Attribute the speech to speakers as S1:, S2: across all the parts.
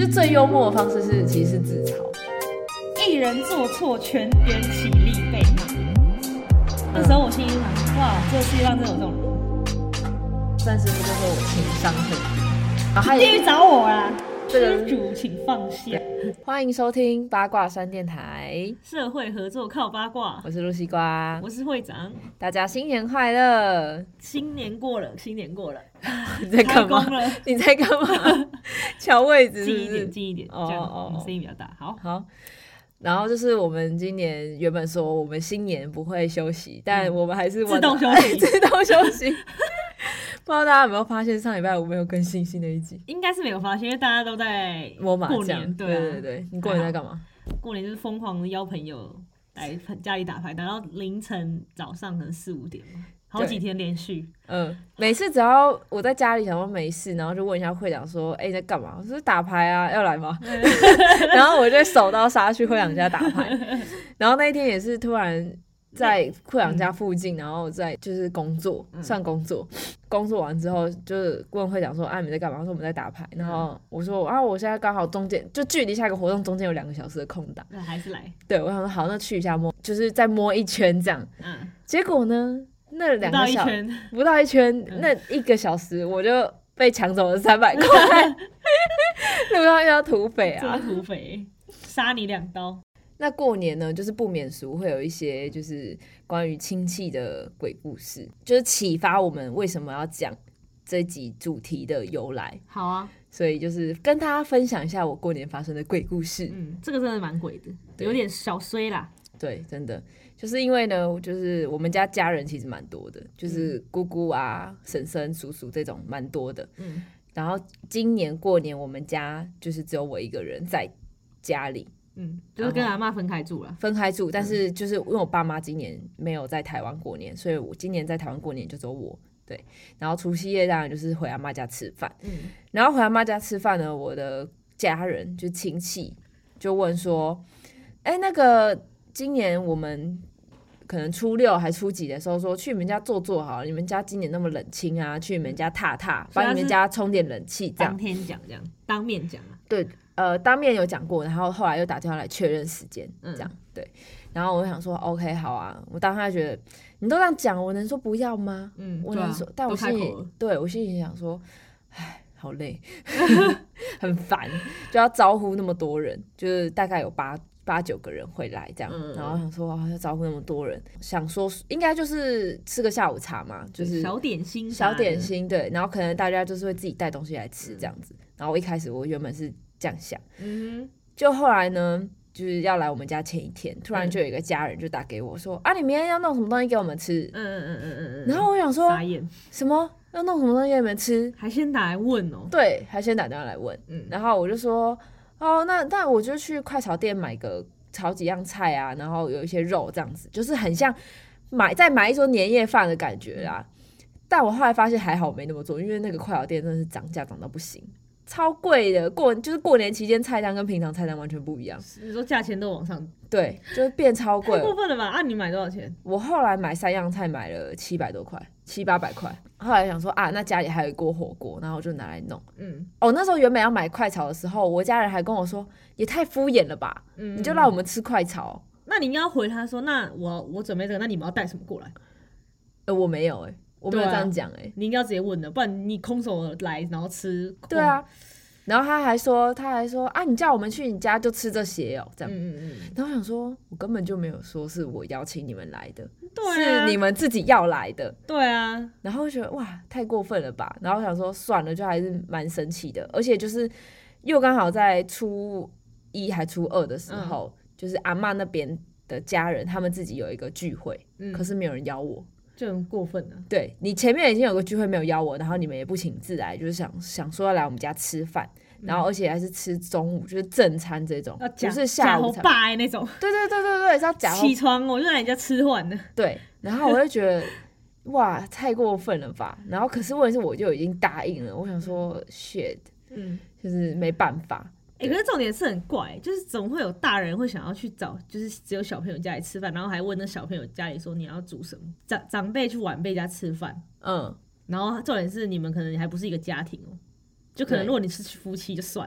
S1: 就最幽默的方式是其实是自嘲。
S2: 一人做错，全员起立被骂。那时候我心里想，哇，这个世界上真的有这种人。
S1: 但是就说我情商很低，然后他
S2: 地狱找我啦！
S1: 这个
S2: 施主请放下。
S1: 欢迎收听八卦山电台，
S2: 社会合作靠八卦。
S1: 我是露西瓜，
S2: 我是会长。
S1: 大家新年快乐！
S2: 新年过了，新年过了，
S1: 你在干嘛？你在干嘛？瞧位置是不是？
S2: 近一点，近一点，这样声音比较大。好。
S1: 然后就是我们今年原本说我们新年不会休息，但我们还是
S2: 自动休息，
S1: 自动休息。不知道大家有没有发现，上礼拜我没有更新新的一集？
S2: 应该是没有发现，因为大家都在
S1: 摸麻将。
S2: 对，
S1: 你过年在干嘛？
S2: 过年就是疯狂的邀朋友来家里打牌，打到凌晨早上可能4、5点嘛。好几天连续，
S1: 每次只要我在家里想说没事，然后就问一下会长说：“你在干嘛？”我说：“打牌啊，要来吗？”然后我就手刀杀去会长家打牌。然后那一天也是突然在会长家附近，然后在就是工作，算工作。工作完之后就是问会长说：“你们在干嘛？”他说：“我们在打牌。”然后我说：“我现在刚好中间就距离下一个活动中间有2个小时的空档。”
S2: 还是来？
S1: 对，我想说好，那去一下摸，就是再摸一圈这样。结果呢？那2个小时不到一圈，那1个小时我就被抢走了300块。路上遇到土匪啊，
S2: 土匪杀你2刀。
S1: 那过年呢，就是不免俗会有一些就是关于亲戚的鬼故事，就是启发我们为什么要讲这集主题的由来。
S2: 好啊，
S1: 所以就是跟大家分享一下我过年发生的鬼故事。
S2: 这个真的蛮鬼的，有点小衰啦。
S1: 对，真的就是因为呢，就是我们家人其实蛮多的，就是姑姑啊、婶婶、叔叔这种蛮多的。然后今年过年我们家就是只有我一个人在家里，
S2: 就是跟阿嬷分开住了，
S1: 但是就是因为我爸妈今年没有在台湾过年，所以我今年在台湾过年就只有我。对，然后除夕夜当然就是回阿嬷家吃饭。然后回阿嬷家吃饭呢，我的家人就亲戚就问说：“那个。”今年我们可能初6还初几的时候说去你们家坐好了，你们家今年那么冷清啊，去你们家踏，帮你们家充点冷气，这样。
S2: 当天讲这样，当面讲啊。
S1: 对，当面有讲过，然后后来又打电话来确认时间，这样对。然后我就想说 ，OK， 好啊。我当时觉得你都这样讲，我能说不要吗？我能说，但我心里想说，唉，好累，很烦，就要招呼那么多人，就是大概有8、9个人会来这样，然后想说要招呼那么多人，想说应该就是吃个下午茶嘛，就是
S2: 小点心，
S1: 对，然后可能大家就是会自己带东西来吃这样子。然后我一开始我原本是这样想，就后来呢，就是要来我们家前一天，突然就有一个家人就打给我说：“你明天要弄什么东西给我们吃？”然后我想说，什么要弄什么东西给你们吃？
S2: 还先打来问哦？
S1: 对，还先打电话来问，然后我就说。那我就去快炒店炒几样菜啊，然后有一些肉这样子，就是很像再买一桌年夜饭的感觉啦。但我后来发现还好没那么做，因为那个快炒店真的是涨价涨到不行，超贵的。就是过年期间菜单跟平常菜单完全不一样。
S2: 你说价钱都往上？
S1: 对，就是变超贵。
S2: 太过分了吧？你买多少钱？
S1: 我后来买3样菜买了700多块，700、800块。后来想说那家里还有一锅火锅，然后我就拿来弄。那时候原本要买快炒的时候，我家人还跟我说，也太敷衍了吧，你就让我们吃快炒。
S2: 那你应该要回他说，那我准备这个，那你们要带什么过来？
S1: 我没有我没有这样讲
S2: 你应该要直接问的，不然你空手来然后吃。
S1: 对啊。然后他还说你叫我们去你家就吃这些这样。然后我想说，我根本就没有说是我邀请你们来的，是你们自己要来的。
S2: 对啊。
S1: 然后我觉得哇，太过分了吧。然后我想说算了，就还是蛮生气的。而且就是又刚好在初1还初2的时候，就是阿嬷那边的家人他们自己有一个聚会，可是没有人邀我。
S2: 就很过分了。
S1: 对，你前面已经有个聚会没有邀我，然后你们也不请自来，就是想说要来我们家吃饭，然后而且还是吃中午，就是正餐这种，不是下午
S2: 茶那种。
S1: 对，是要
S2: 起床我就来你家吃饭的。
S1: 对，然后我就觉得哇，太过分了吧。然后可是问题是我就已经答应了，我想说 shit，就是没办法。
S2: 可是重点是很怪，就是总会有大人会想要去找，就是只有小朋友家里吃饭，然后还问那小朋友家里说你要煮什么，长辈去晚辈家吃饭，然后重点是你们可能还不是一个家庭就可能如果你是夫妻就算了，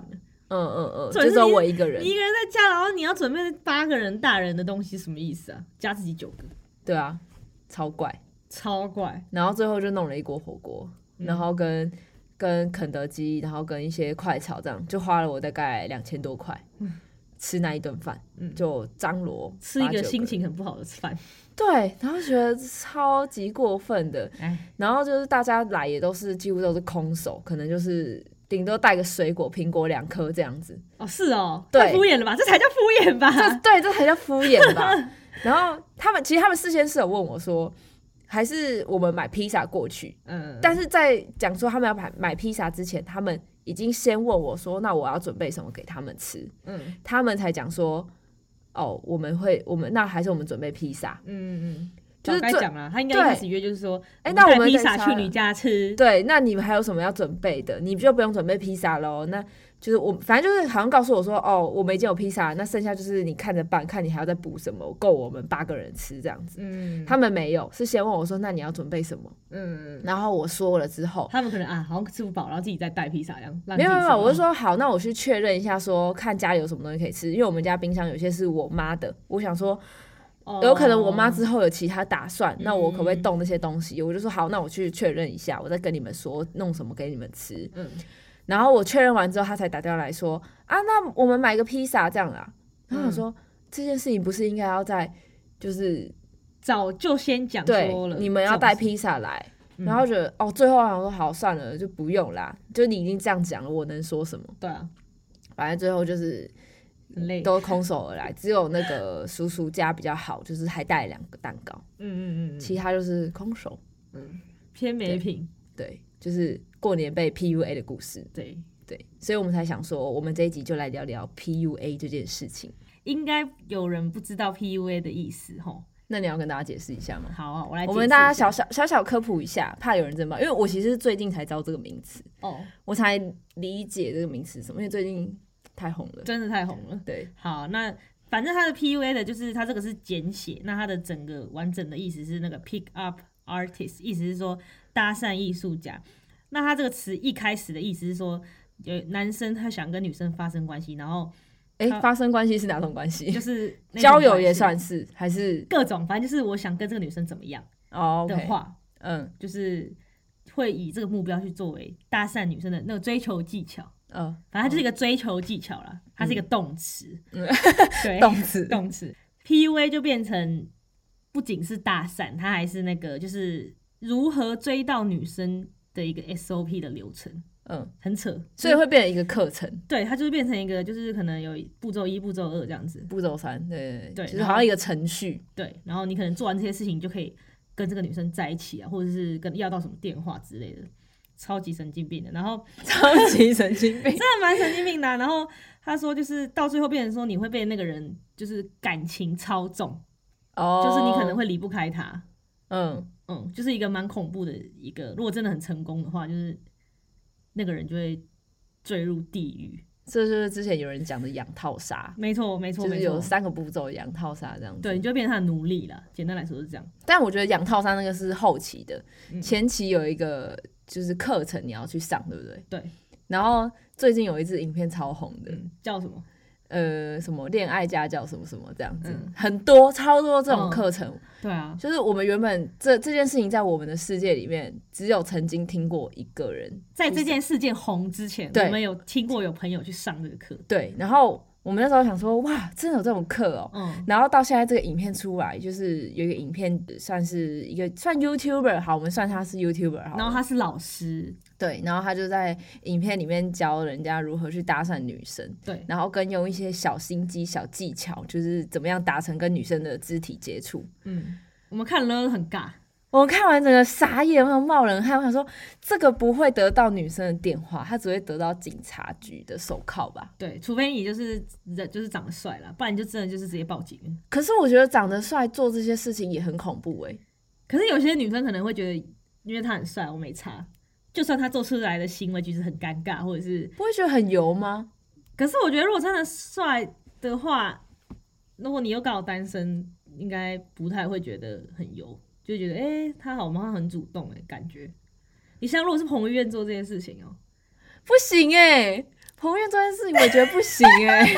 S1: 就只有我一个人，
S2: 你一个人在家，然后你要准备8个人大人的东西，什么意思啊？加自己9个，
S1: 对啊，超怪。
S2: 然
S1: 后最后就弄了一锅火锅，然后跟肯德基，然后跟一些快炒，这样就花了我大概2000多块。吃那一顿饭，就张罗
S2: 吃一个心情很不好的饭，
S1: 对，然后觉得超级过分的，然后就是大家来也都是几乎都是空手，可能就是顶多带个水果，苹果2颗这样子。
S2: 是哦，太敷衍了吧？这才叫敷衍吧？
S1: 这才叫敷衍吧？然后其实他们事先是有问我说，还是我们买披萨过去？但是在讲说他们要买披萨之前，他们已经先问我说，那我要准备什么给他们吃？他们才讲说，我们那还是我们准备披萨。
S2: 就是该讲了，他应该一开始约就是说，
S1: 那我们
S2: 披萨去你家吃。
S1: 对，那你们还有什么要准备的？你就不用准备披萨咯。那就是反正就是好像告诉我说，我们已经有披萨，那剩下就是你看着办，看你还要再补什么，够我们8个人吃这样子。他们没有，是先问我说，那你要准备什么？然后我说了之后，
S2: 他们可能好像吃不饱，然后自己再带披萨这样。
S1: 没有，我就说好，那我去确认一下，说看家里有什么东西可以吃，因为我们家冰箱有些是我妈的，我想说。有可能我妈之后有其他打算，那我可不可以动那些东西？我就说好，那我去确认一下，我再跟你们说弄什么给你们吃。然后我确认完之后，他才打电话来说那我们买个披萨这样啦。然后我说这件事情不是应该要在就是
S2: 早就先讲说了，
S1: 你们要带披萨来，然后觉得最后我说好算了，就不用啦，就你已经这样讲了，我能说什么？
S2: 对啊，
S1: 反正最后就是都空手而来，只有那个叔叔家比较好，就是还带了2个蛋糕。其他就是空手。
S2: 偏美品。
S1: 对，就是过年被 PUA 的故事。
S2: 对，
S1: 所以我们才想说，我们这一集就来聊聊 PUA 这件事情。
S2: 应该有人不知道 PUA 的意思齁。
S1: 那你要跟大家解释一下吗？
S2: 好啊，我
S1: 们大家小科普一下，怕有人真的，因为我其实是最近才知道这个名词。我才理解这个名词是什么，因为最近太红了，
S2: 真的太红了。对，好，那反正它的 PUA 的就是它这个是简写，那它的整个完整的意思是那个 pick up artist， 意思是说搭讪艺术家。那它这个词一开始的意思是说，有男生他想跟女生发生关系，然后
S1: 发生关系是哪种关系？
S2: 就是
S1: 交友也算是，还是
S2: 各种，反正就是我想跟这个女生怎么样的话，就是会以这个目标去作为搭讪女生的那个追求技巧。反正它就是一个追求技巧啦，它是一个动词。对，动词 PUA 就变成不仅是搭讪，它还是那个就是如何追到女生的一个 SOP 的流程。很扯，
S1: 所以会变成一个课程。
S2: 对，它就是变成一个，就是可能有步骤1、步骤2这样子，
S1: 步骤3，对，就是好像一个程序。
S2: 对，然后你可能做完这些事情，就可以跟这个女生在一起啊，或者是跟要到什么电话之类的。超级神经病的，然后
S1: 超级神经病，真
S2: 的蛮神经病的。然后他说，就是到最后变成说，你会被那个人就是感情操纵，就是你可能会离不开他。就是一个蛮恐怖的一个。如果真的很成功的话，就是那个人就会坠入地狱。
S1: 这就是之前有人讲的养套杀。
S2: 没错，
S1: 就是有3个步骤养套杀这样子。
S2: 对，你就变成他的奴隶了。简单来说是这样。
S1: 但我觉得养套杀那个是后期的，前期有一个就是课程你要去上，对不对？
S2: 对。
S1: 然后最近有一支影片超红的，
S2: 叫什么？
S1: 什么恋爱家教什么什么这样子，很多超多这种课程。
S2: 对啊，
S1: 就是我们原本这件事情在我们的世界里面，只有曾经听过一个人，
S2: 在这件事件红之前，我们有听过有朋友去上这个课。
S1: 对，然后我们那时候想说，哇，真的有这种课哦。然后到现在这个影片出来，就是有一个影片算是一个算 YouTuber， 好，我们算他是 YouTuber 好。
S2: 然后他是老师。
S1: 对，然后他就在影片里面教人家如何去搭讪女生，
S2: 对，
S1: 然后跟用一些小心机、小技巧，就是怎么样达成跟女生的肢体接触。
S2: 我们看了很尬，
S1: 我看完整个傻眼，我想冒冷汗，我想说这个不会得到女生的电话，他只会得到警察局的手铐吧？
S2: 对，除非你就是长得帅啦，不然你就真的就是直接报警。
S1: 可是我觉得长得帅做这些事情也很恐怖
S2: 可是有些女生可能会觉得，因为他很帅，我没差。就算他做出来的行为举止很尴尬，或者是
S1: 不会觉得很油吗？
S2: 可是我觉得如果真的帅的话，如果你又刚好单身，应该不太会觉得很油，就觉得他好像很主动感觉。你像如果是彭于晏做这件事情不
S1: 行彭于晏这件事情，我也觉得不行彭于晏，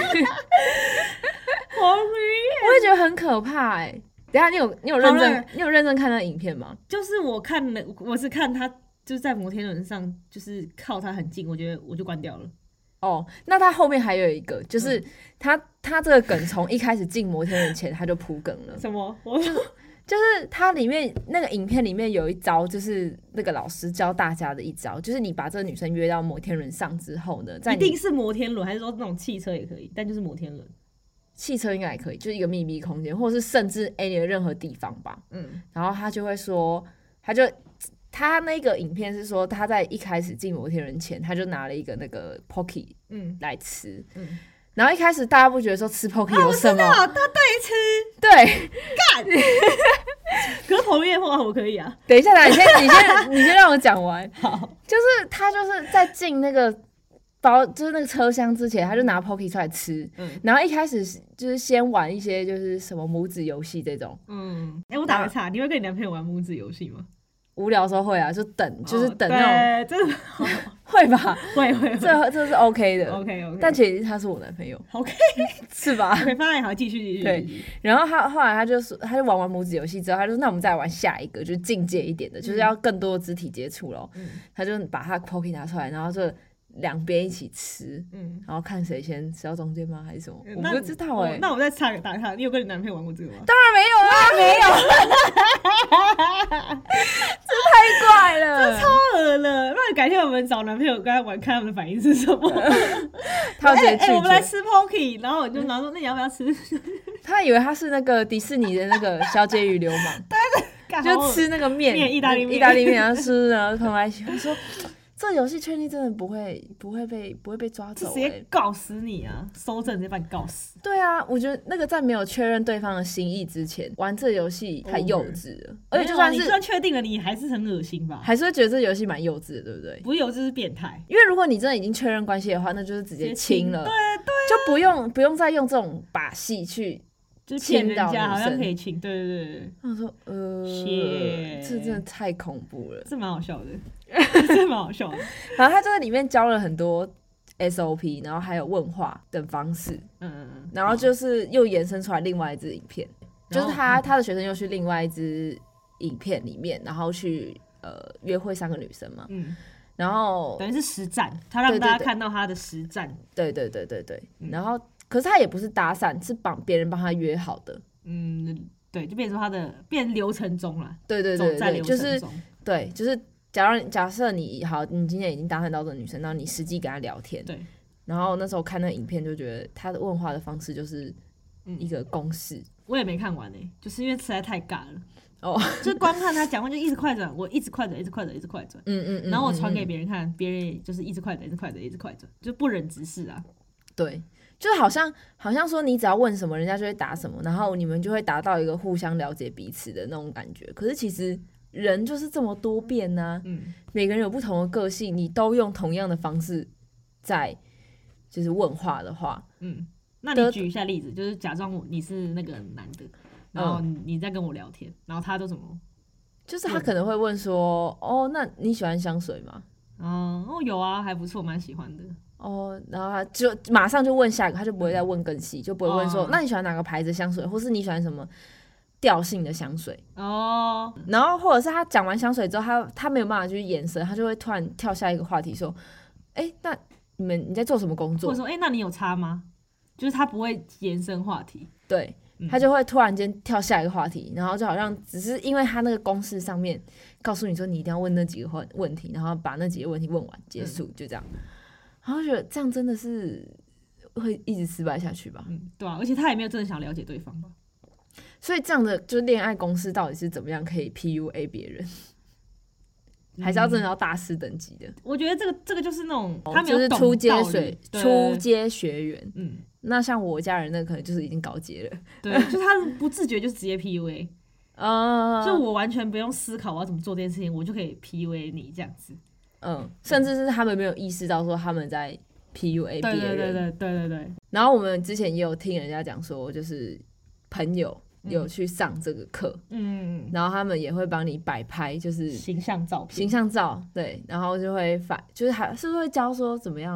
S1: 我也觉得很可怕等一下，你有认真看那影片吗？
S2: 就是我是看他就是在摩天轮上，就是靠他很近，我觉得我就关掉了。
S1: 那他后面还有一个，就是他这个梗从一开始进摩天轮前他就铺梗了。
S2: 什么？
S1: 就是他里面那个影片里面有一招，就是那个老师教大家的一招，就是你把这个女生约到摩天轮上之后呢，
S2: 一定是摩天轮，还是说那种汽车也可以？但就是摩天轮，
S1: 汽车应该也可以，就是一个秘密空间，或者是甚至你的任何地方吧。然后他就会说，他那个影片是说他在一开始进摩天轮前，他就拿了一个那个 Pocky 来吃。然后一开始大家不觉得说吃 Pocky 有什么？
S2: 他对吃，
S1: 对，
S2: 干。可是彭于晏我可以啊。
S1: 等一下，你先让我讲完。好，就是他就是在进那个就是那个车厢之前，他就拿 Pocky 出来吃。然后一开始就是先玩一些就是什么母子游戏这种。
S2: 我打个岔，你会跟你男朋友玩母子游戏吗？
S1: 无聊的时候会啊，就是等那
S2: 种，真的
S1: 会吧？
S2: 会，
S1: 这是 OK 的
S2: ，OK。
S1: 但前提他是我男朋友
S2: ，OK
S1: 是吧
S2: ？OK， 方案好，继续。
S1: 对，然后后来他就玩完母子游戏之后，他就说那我们再玩下一个，就是进阶一点的，就是要更多的肢体接触咯。他就把他 Pocky 拿出来，然后就两边一起吃，然后看谁先吃到中间吗？还是什么？我不知道
S2: 那我再插个大岔，你有跟你男朋友玩过这个吗？
S1: 当然没有啊，没有，这太怪了，
S2: 这超恶了。那改天我们找男朋友跟他玩，看他们的反应是什么。
S1: 他直接拒绝。
S2: 我们来吃 Pocky， 然后我就拿说，那你要不要吃？
S1: 他以为他是那个迪士尼的那个小姐与流氓，就吃那个面，
S2: 意大利面，
S1: 然后吃，然后碰在一起，他说。这游戏确定真的不会被抓走，
S2: 直接告死你啊！搜证直接把你告死。
S1: 对啊，我觉得那个在没有确认对方的心意之前玩这游戏太幼稚了，而且就算
S2: 确定了，你还是很恶心吧？
S1: 还是会觉得这游戏蛮幼稚的，对不对？
S2: 不是幼稚是变态，
S1: 因为如果你真的已经确认关系的话，那就是直接亲了，
S2: 对，
S1: 就不用再用这种把戏去。
S2: 就是骗人家好像可以亲，对。
S1: 他说这真的太恐怖了，
S2: 这蛮好笑的，
S1: 反正他在里面教了很多 SOP， 然后还有问话等方式，然后就是又延伸出来另外一支影片，就是他的学生又去另外一支影片里面，然后去约会3个女生嘛，然后
S2: 等于是实战，他让大家看到他的实战，
S1: 对，然后。可是他也不是搭讪，是别人帮他约好的。
S2: 对，就变成他的变流程中了。
S1: 对，就是对，就是假设你今天已经搭讪到这个女生，然后你实际跟她聊天，
S2: 对。
S1: 然后那时候看那影片就觉得他的问话的方式就是一个公式。
S2: 我也没看完就是因为实在太尬了。就光看他讲话就一直快转，我一直快转。然后我传给别人看，别人也就是一直快转，就不忍直视啊。
S1: 对。就是好像说你只要问什么，人家就会答什么，然后你们就会达到一个互相了解彼此的那种感觉。可是其实人就是这么多变啊，每个人有不同的个性，你都用同样的方式在就是问话的话，
S2: 那你举一下例子，就是假装你是那个男的，然后你在跟我聊天，然后他都怎么？
S1: 就是他可能会问说，那你喜欢香水吗？
S2: 有啊，还不错，蛮喜欢的。
S1: 然后他就马上就问下一个，他就不会再问更细，就不会问说那你喜欢哪个牌子香水，或是你喜欢什么调性的香水然后或者是他讲完香水之后，他没有办法去延伸，他就会突然跳下一个话题说，那你在做什么工作？
S2: 或者说那你有差吗？就是他不会延伸话题，
S1: 对，他就会突然间跳下一个话题，然后就好像只是因为他那个公式上面告诉你说你一定要问那几个问题，然后把那几个问题问完结束，就这样。然后觉得这样真的是会一直失败下去吧？
S2: 对啊，而且他也没有真的想了解对方吧。
S1: 所以这样的就是恋爱公式到底是怎么样可以 PUA 别人？还是要真的要大师等级的？
S2: 我觉得这个就是那种他没有
S1: 就是初阶学员。那像我家人那可能就是已经高阶了。
S2: 对，就他不自觉就直接 PUA。就我完全不用思考我要怎么做这件事情，我就可以 PUA 你这样子。
S1: 甚至是他们没有意识到说他们在 PUA 别人。
S2: 对。
S1: 然后我们之前也有听人家讲说，就是朋友有去上这个课，然后他们也会帮你摆拍，就是
S2: 形象照，
S1: 对，然后就会就是是不是会教说怎么样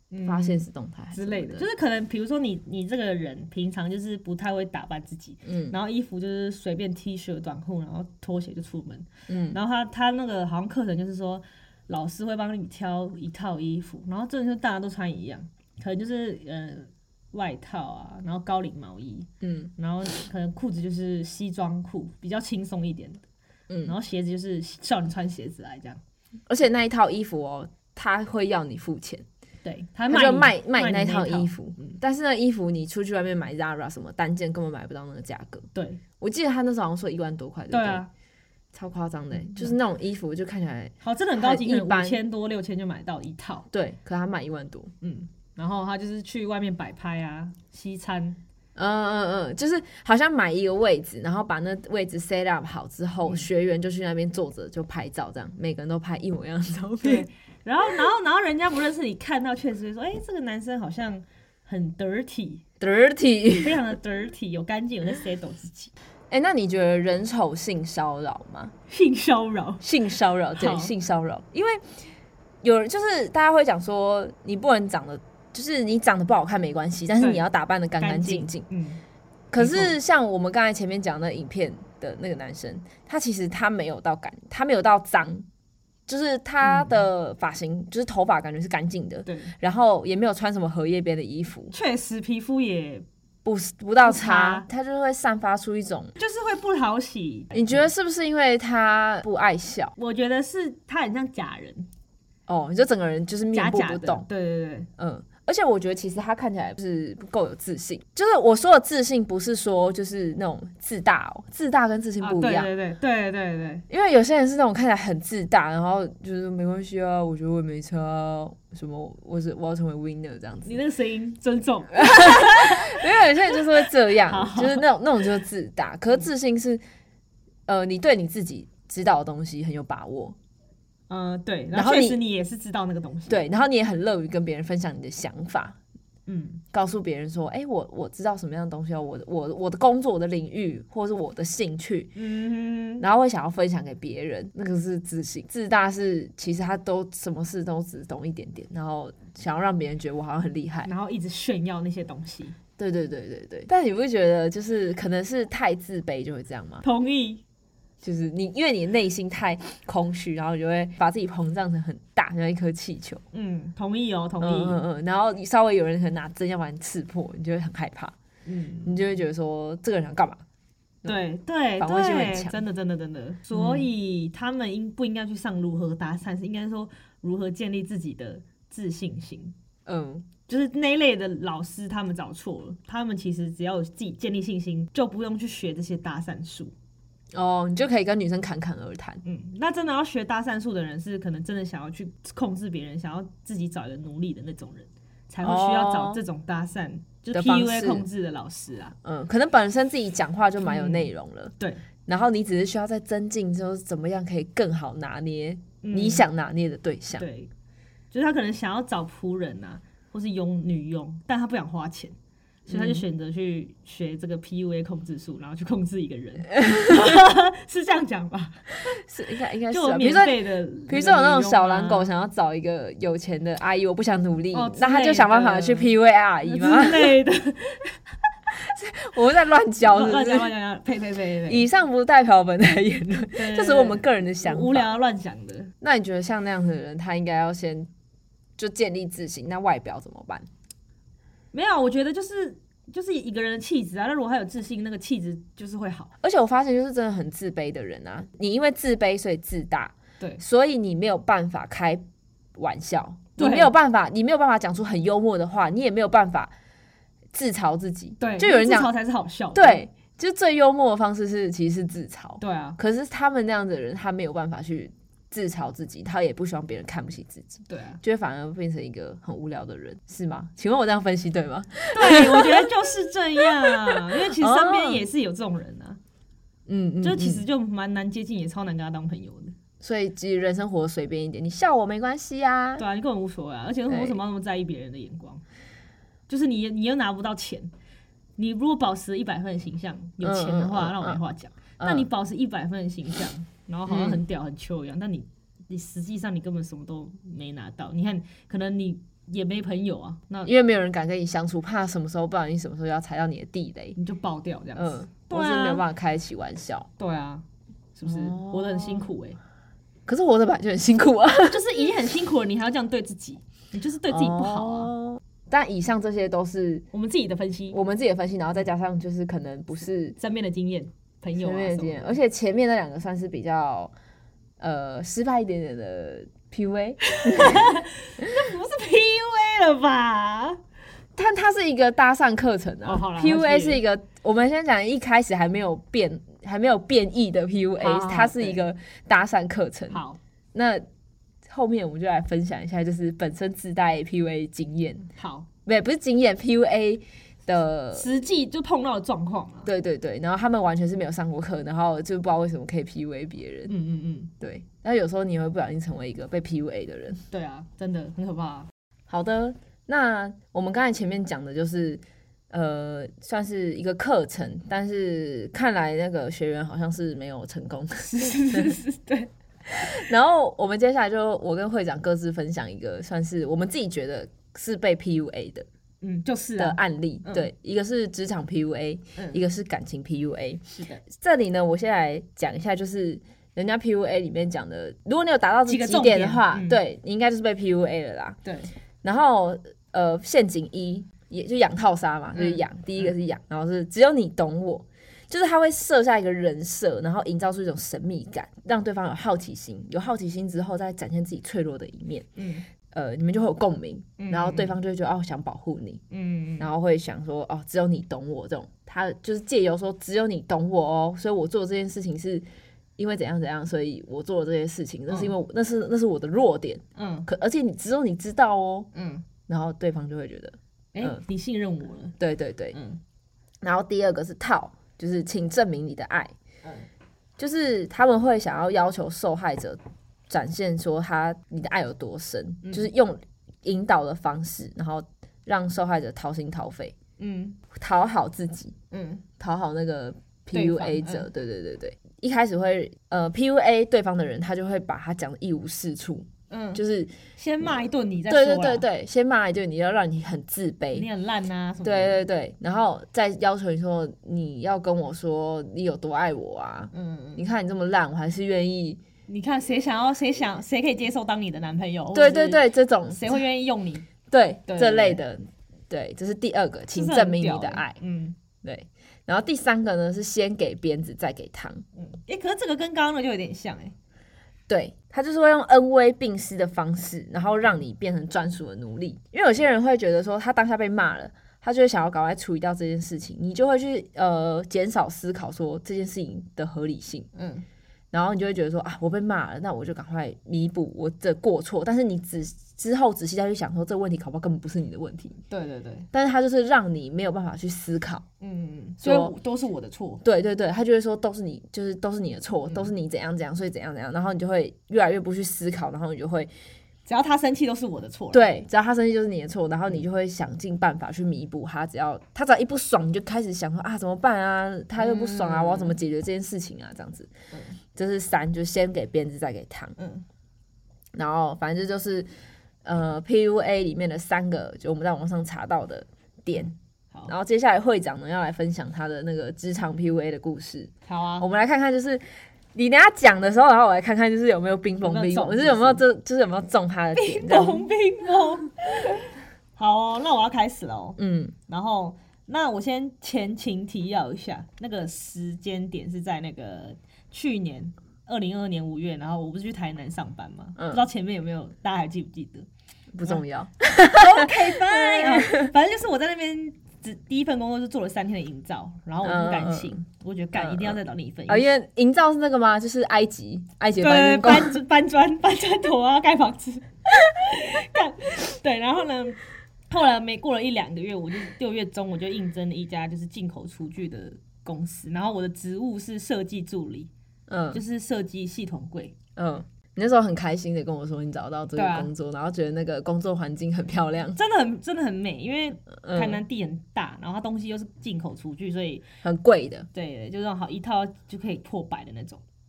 S1: 发现实动态
S2: 之类的，就是可能比如说你这个人平常就是不太会打扮自己，然后衣服就是随便 T 恤短裤，然后拖鞋就出门，然后他那个好像课程就是说老师会帮你挑一套衣服，然后真的就大家都穿一样，可能就是外套啊，然后高领毛衣，然后可能裤子就是西装裤，比较轻松一点的，然后鞋子就是叫你穿鞋子来这样，
S1: 而且那一套衣服哦，他会要你付钱。
S2: 对，
S1: 他就卖那套衣服，但是那衣服你出去外面买 Zara 什么单件根本买不到那个价格。
S2: 对，
S1: 我记得他那时候好像说1万多块，对啊，超夸张的，就是那种衣服就看起来
S2: 好，真的很高级，可能5000多6000就买到一套。
S1: 对，可他卖1万多，
S2: 然后他就是去外面摆拍啊，西餐。
S1: 就是好像买一个位置，然后把那位置 set up 好之后，学员就去那边坐着就拍照，这样每个人都拍一模一样的照片。
S2: 然后人家不认识你，看到确实会说，这个男生好像很 dirty， 非常的 dirty， 有干净，有在 settle 自己。
S1: 那你觉得人丑性骚扰吗？
S2: 性骚扰，
S1: 对，性骚扰，因为有人就是大家会讲说，你不能长得。就是你长得不好看没关系，但是你要打扮得干干净净。可是像我们刚才前面讲的影片的那个男生，他其实他没有到脏，就是他的发型，就是头发感觉是干净的，对，然后也没有穿什么荷叶边的衣服，
S2: 确实皮肤也
S1: 不到差，他就会散发出一种
S2: 就是会不讨喜。
S1: 你觉得是不是因为他不爱笑？
S2: 我觉得是他很像假人。
S1: 你就整个人就是面部不动，
S2: 对，
S1: 而且我觉得其实他看起来就是不够有自信，就是我说的自信不是说就是那种自大自大跟自信不一样，
S2: 对，
S1: 因为有些人是那种看起来很自大，然后就是没关系啊，我觉得我也没差啊，什么我要成为 winner 这样子。
S2: 你那个声音尊重，
S1: 因为有些人就是会这样，就是那种就是自大，可是自信是你对你自己知道的东西很有把握。
S2: 对，然后确实你也是知道那个东西，
S1: 对，然后你也很乐于跟别人分享你的想法，告诉别人说，我知道什么样的东西，我的工作、我的领域，或是我的兴趣，然后会想要分享给别人，那个是自信。自大是其实他都什么事都只懂一点点，然后想要让别人觉得我好像很厉害，
S2: 然后一直炫耀那些东西。
S1: 对，但你不会觉得就是可能是太自卑就会这样吗？
S2: 同意。
S1: 就是你，因为你内心太空虚，然后你就会把自己膨胀成很大，像一颗气球。
S2: 同意。
S1: 然后你稍微有人可能拿针要把你刺破，你就会很害怕。你就会觉得说这个人想干嘛？
S2: 对，
S1: 防卫性很强，
S2: 真的。所以他们不应该去上如何搭讪，是应该说如何建立自己的自信心。就是那一类的老师，他们找错了。他们其实只要有自己建立信心，就不用去学这些搭讪术。
S1: 你就可以跟女生侃侃而谈。
S2: 那真的要学搭讪术的人，是可能真的想要去控制别人，想要自己找一个奴隶的那种人，才会需要找这种搭讪，就是 PUA 控制的老师啊。
S1: 可能本身自己讲话就蛮有内容了，
S2: 对。
S1: 然后你只是需要再增进，之后怎么样可以更好拿捏你想拿捏的对象。
S2: 对，就是他可能想要找仆人啊，或是女佣，但他不想花钱。所以他就选择去学这个 PUA 控制术，然后去控制一个人，是这样讲吧？
S1: 是应该是
S2: 就免费的，
S1: 比如说有那种小狼狗想要找一个有钱的阿姨，我不想努力，那他就想办法去 PUA 阿姨嘛
S2: 之类的。
S1: 我在乱教，是不是？
S2: 乱讲，呸！
S1: 以上不代表本台言论，这是我们个人的想法，
S2: 无聊乱讲的。
S1: 那你觉得像那样的人，他应该要先就建立自信，那外表怎么办？
S2: 没有，我觉得就是一个人的气质啊。那如果他有自信，那个气质就是会好。
S1: 而且我发现，就是真的很自卑的人啊，你因为自卑所以自大，
S2: 对，
S1: 所以你没有办法开玩笑，你没有办法讲出很幽默的话，你也没有办法自嘲自己。
S2: 对，
S1: 就有人讲
S2: 自嘲才是好笑的。
S1: 对，就最幽默的方式其实是自嘲。
S2: 对啊，
S1: 可是他们那样的人，他没有办法去自嘲自己，他也不希望别人看不起自己，
S2: 对啊，就
S1: 会反而变成一个很无聊的人，是吗？请问我这样分析对吗？
S2: 对，我觉得就是这样，因为其实身边也是有这种人啊，就其实就蛮难接近，也超难跟他当朋友的。
S1: 所以其实人生活得随便一点，你笑我没关系啊，
S2: 对啊，你根本无所谓啊，而且为什么要那么在意别人的眼光？就是你又拿不到钱，你如果保持100分的形象，有钱的话，那我没话讲。那你保持100分的形象，然后好像很屌很秋一样，但你实际上你根本什么都没拿到。你看，可能你也没朋友啊，那
S1: 因为没有人敢跟你相处，怕什么时候不小心什么时候要踩到你的地雷，
S2: 你就爆掉这样子。
S1: 我是没有办法开得起玩笑。
S2: 对啊，是不是活得很辛苦
S1: 可是活得本来就很辛苦啊，
S2: 就是已经很辛苦了，你还要这样对自己，你就是对自己不好啊。
S1: 但以上这些都是
S2: 我们自己的分析，
S1: 然后再加上就是可能不是
S2: 身边的经验，朋友
S1: 身边的经验，而且前面那2个算是比较失败一点点的 PUA，
S2: 那不是 PUA 了吧？
S1: 但它是一个搭讪课程啊。PUA 是一个，我们先讲一开始还没有变异的 PUA， 它是一个搭讪课程。
S2: 好，
S1: 那后面我们就来分享一下，就是本身自带 PUA 经验。
S2: 好，
S1: 不是经验 PUA 的
S2: 实际就碰到的状况啊。
S1: 对对对，然后他们完全是没有上过课，然后就不知道为什么可以 PUA 别人。对。然后有时候你会不小心成为一个被 PUA 的人。
S2: 对啊，真的很可怕。
S1: 好的，那我们刚才前面讲的就是算是一个课程，但是看来那个学员好像是没有成功。
S2: 对。
S1: 然后我们接下来就我跟会长各自分享一个算是我们自己觉得是被 PUA 的，
S2: 就是
S1: 的案例。对，一个是职场 PUA，一个是感情 PUA。
S2: 是的，
S1: 这里呢，我先来讲一下，就是人家 PUA 里面讲的，如果你有达到这几点的话，对你应该就是被 PUA 了啦。
S2: 对，
S1: 然后陷阱1也就养套杀嘛，就是养。第一个是养，然后是只有你懂我。就是他会设下一个人设，然后营造出一种神秘感，让对方有好奇心。有好奇心之后，再展现自己脆弱的一面。你们就会有共鸣，然后对方就会觉得想保护你。然后会想说只有你懂我这种。他就是借由说只有你懂我哦，所以我做这件事情是因为怎样怎样，所以我做了这件事情，那是因为那是我的弱点。而且只有你知道哦。然后对方就会觉得，
S2: 你信任我了。
S1: 对对对。然后第二个是套。就是请证明你的爱。就是他们会想要求受害者展现说你的爱有多深。就是用引导的方式，然后让受害者掏心掏肺。讨好自己。讨好那个 PUA 者。对对对对，一开始会PUA 对方的人，他就会把他讲得一无是处。就是
S2: 先骂一顿你再说啦。
S1: 对对对对，先骂一顿你，要让你很自卑，
S2: 你很烂啊什么的。
S1: 对对对，然后再要求你说你要跟我说你有多爱我啊。你看你这么烂，我还是愿意。
S2: 你看谁可以接受当你的男朋友？
S1: 对对对，这种
S2: 谁会愿意用你？
S1: 对，这类的。对，这是第二个，请证明你的爱。对。然后第三个呢是先给鞭子再给糖。
S2: 可是这个跟刚刚的就有点像
S1: 对，他就是会用恩威并施的方式，然后让你变成专属的奴隶。因为有些人会觉得说，他当下被骂了，他就会想要赶快处理掉这件事情，你就会去减少思考说这件事情的合理性。然后你就会觉得说我被骂了，那我就赶快弥补我的过错。但是你之后仔细再去想说，这个问题搞不好根本不是你的问题。
S2: 对对对。
S1: 但是他就是让你没有办法去思考。
S2: 所以都是我的错。
S1: 对对对，他就会说都是你的错，都是你怎样怎样，所以怎样怎样，然后你就会越来越不去思考，然后你就会
S2: 只要他生气都是我的错。
S1: 对，只要他生气就是你的错，然后你就会想尽办法去弥补他。只要一不爽，你就开始想说怎么办啊？他又不爽啊，我要怎么解决这件事情啊？这样子。这是3，就先给鞭子再给糖。然后反正就是PUA 里面的3个，就我们在网上查到的点。然后接下来会长呢要来分享他的那个职场 PUA 的故事。
S2: 好啊，
S1: 我们来看看，就是你等一下讲的时候，然后我来看看，就是有没有冰封，就是有没有就是有没有中他的点。
S2: 冰封。好哦，那我要开始了。然后那我先前情提要一下，那个时间点是在那个去年2022年5月，然后我不是去台南上班吗？不知道前面有没有大家还记不记得？
S1: 不重要。
S2: OK fine。反正就是我在那边第一份工作是做了3天的营造，然后我不甘心，我觉得一定要再找另一份。
S1: 因为营造是那个吗？就是埃及
S2: 搬砖头啊，盖房子。对，然后呢，后来没过了1-2个月，我就6月中我就应征了一家就是进口厨具的公司，然后我的职务是设计助理。就是设计系统柜。
S1: 你那时候很开心的跟我说你找到这个工作，然后觉得那个工作环境很漂亮，
S2: 真的很美，因为台南地很大，然后它东西又是进口厨具，所以
S1: 很贵的。
S2: 对，就那种好一套就可以破100的那种。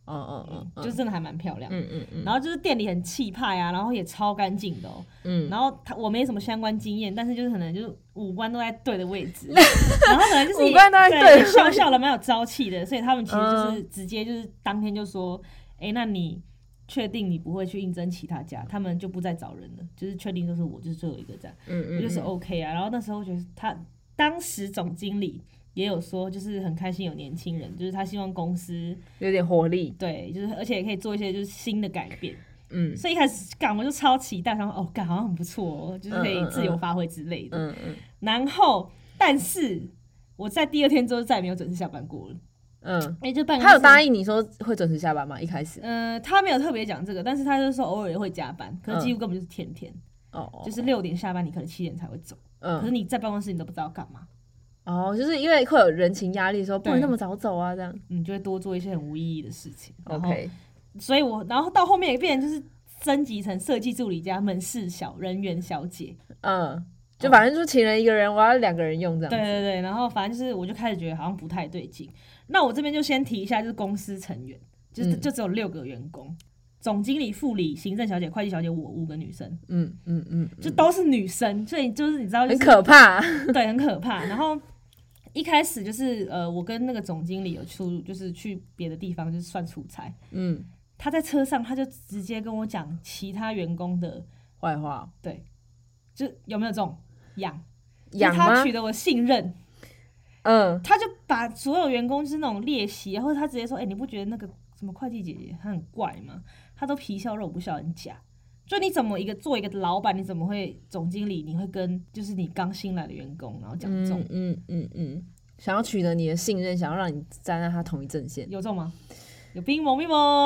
S2: 就真的还蛮漂亮。然后就是店里很气派啊，然后也超干净的然后我没什么相关经验，但是就是可能就是五官都在对的位置，然后可能就是
S1: 五官都在对的
S2: 笑笑的蛮有朝气的，所以他们其实就是直接就是当天就说，那你确定你不会去应征其他家，他们就不再找人了，就是确定就是我就是最后一个这样，我就是 OK 啊。然后那时候觉得他当时总经理也有说，就是很开心有年轻人，就是他希望公司
S1: 有点活力，
S2: 对，就是而且也可以做一些就是新的改变。所以一开始我就超期待，想说好像很不错就是可以自由发挥之类的。然后，但是我在第2天之后再也没有准时下班过了。就
S1: 他有答应你说会准时下班吗？一开始，
S2: 他没有特别讲这个，但是他就说偶尔也会加班，可是几乎根本就是天天，就是6点下班，你可能7点才会走，可是你在办公室你都不知道干嘛。
S1: 就是因为会有人情压力，说不能那么早走啊，这样，
S2: 就会多做一些很无意义的事情。
S1: OK，
S2: 所以然后到后面也变成就是升级成设计助理加门市人员小姐。
S1: 就反正就请了一个人，我要2个人用这样子。
S2: 对，然后反正就是我就开始觉得好像不太对劲。那我这边就先提一下，就是公司成员，就只有6个员工，总经理、副理、行政小姐、会计小姐，我5个女生。就都是女生，所以就是你知道，
S1: 很可怕。
S2: 对，很可怕。然后一开始就是我跟那个总经理有就是去别的地方，就是算出差。他在车上他就直接跟我讲其他员工的
S1: 坏话。
S2: 对，就有没有这种养吗？他取得我信任。他就把所有员工就是那种劣习，然后他直接说：“你不觉得那个什么会计姐姐她很怪吗？她都皮笑肉不笑，很假。就你怎么做一个老板，你怎么会总经理？你会跟就是你刚新来的员工，然后讲这种
S1: 想要取得你的信任，想要让你站在他同一阵线，
S2: 有这种吗？有冰蒙？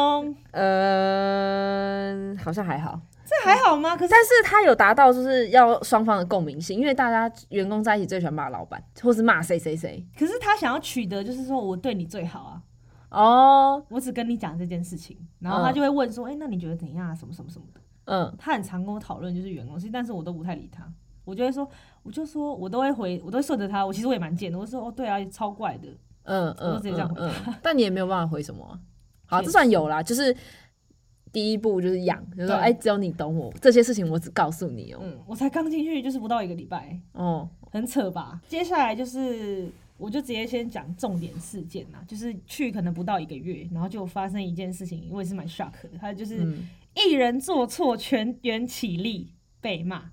S1: 好像还好。”
S2: 这还好吗？但
S1: 是他有达到就是要双方的共鸣性，因为大家员工在一起最喜欢骂老板，或是骂谁谁谁。
S2: 可是他想要取得就是说我对你最好啊，我只跟你讲这件事情，然后他就会问说，那你觉得怎样啊？什么什么什么的。他很常跟我讨论就是员工事，但是我都不太理他。我就说我都会顺着他。我其实我也蛮贱的，我说对啊，超怪的。我都直接这样回他。
S1: 但你也没有办法回什么。好，这算有啦，就是。第一步就是养，就是说，只有你懂我这些事情，我只告诉你
S2: 我才刚进去，就是不到1个礼拜，很扯吧？接下来就是我就直接先讲重点事件啦，就是去可能不到1个月，然后就发生一件事情，我也是蛮 shock 的，他就是一人做错，全员起立被骂。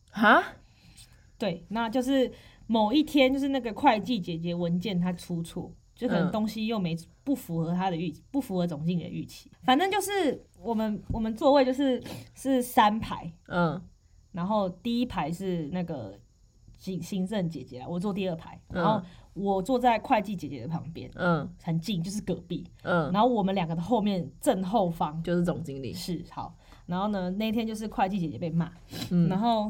S2: 对，那就是某一天，就是那个会计姐姐文件她出错。就可能东西又不符合他的不符合总经理的预期。反正就是我们座位就是3排，然后第1排是那个行政姐姐，我坐第2排，然后我坐在会计姐姐的旁边，很近，就是隔壁，然后我们2个的后面正后方
S1: 就是总经理。
S2: 是好，然后呢那天就是会计姐姐被骂，然后。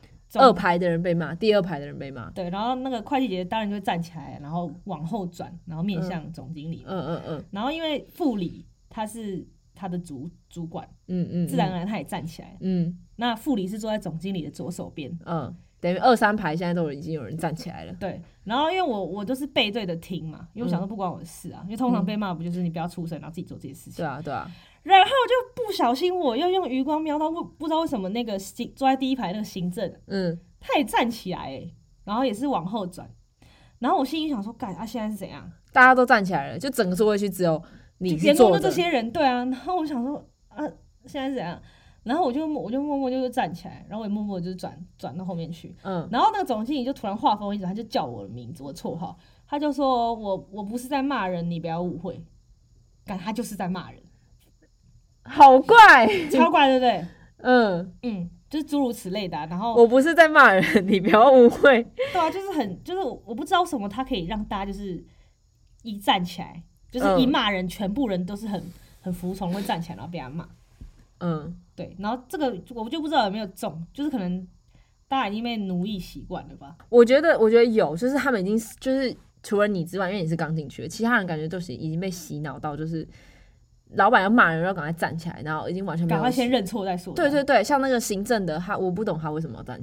S1: 2排的人被骂，第2排的人被骂。
S2: 对，然后那个会计姐姐当然就会站起来，然后往后转，然后面向总经理。然后因为副理他是他的主管，自然而然他也站起来。那副理是坐在总经理的左手边。
S1: 等于2、3排现在都已经有人站起来了。
S2: 对，然后因为我就是背对的听嘛，因为我想说不关我的事啊，因为通常被骂不就是你不要出声，然后自己做这些事情。
S1: 对啊。
S2: 然后就不小心，我又用余光瞄到不知道为什么那个坐在第1排那个行政，他也站起来然后也是往后转，然后我心里想说，干现在是怎样？
S1: 大家都站起来了，就整个座位区只有你是
S2: 员工的这些人，对啊。然后我想说现在是怎样？然后我就默默就站起来，然后我也默默就转到后面去。然后那个总经理就突然话锋一转，他就叫我的名字，我的绰号，他就说我不是在骂人，你不要误会。干，他就是在骂人。
S1: 好怪，
S2: 超怪，对不对？就是诸如此类的。然后
S1: 我不是在骂人，你不要误会。
S2: 对啊，就是我不知道为什么他可以让大家就是一站起来，就是一骂人，全部人都是很服从，会站起来然后被他骂。对。然后这个我就不知道有没有中，就是可能大家已经被奴役习惯了吧。
S1: 我觉得有，就是他们已经就是除了你之外，因为你是刚进去的，其他人感觉都是已经被洗脑到，就是。老板要骂人，要赶快站起来，然后已经完全没有。
S2: 赶快先认错再说。
S1: 对，像那个行政的，我不懂他为什么要站起来。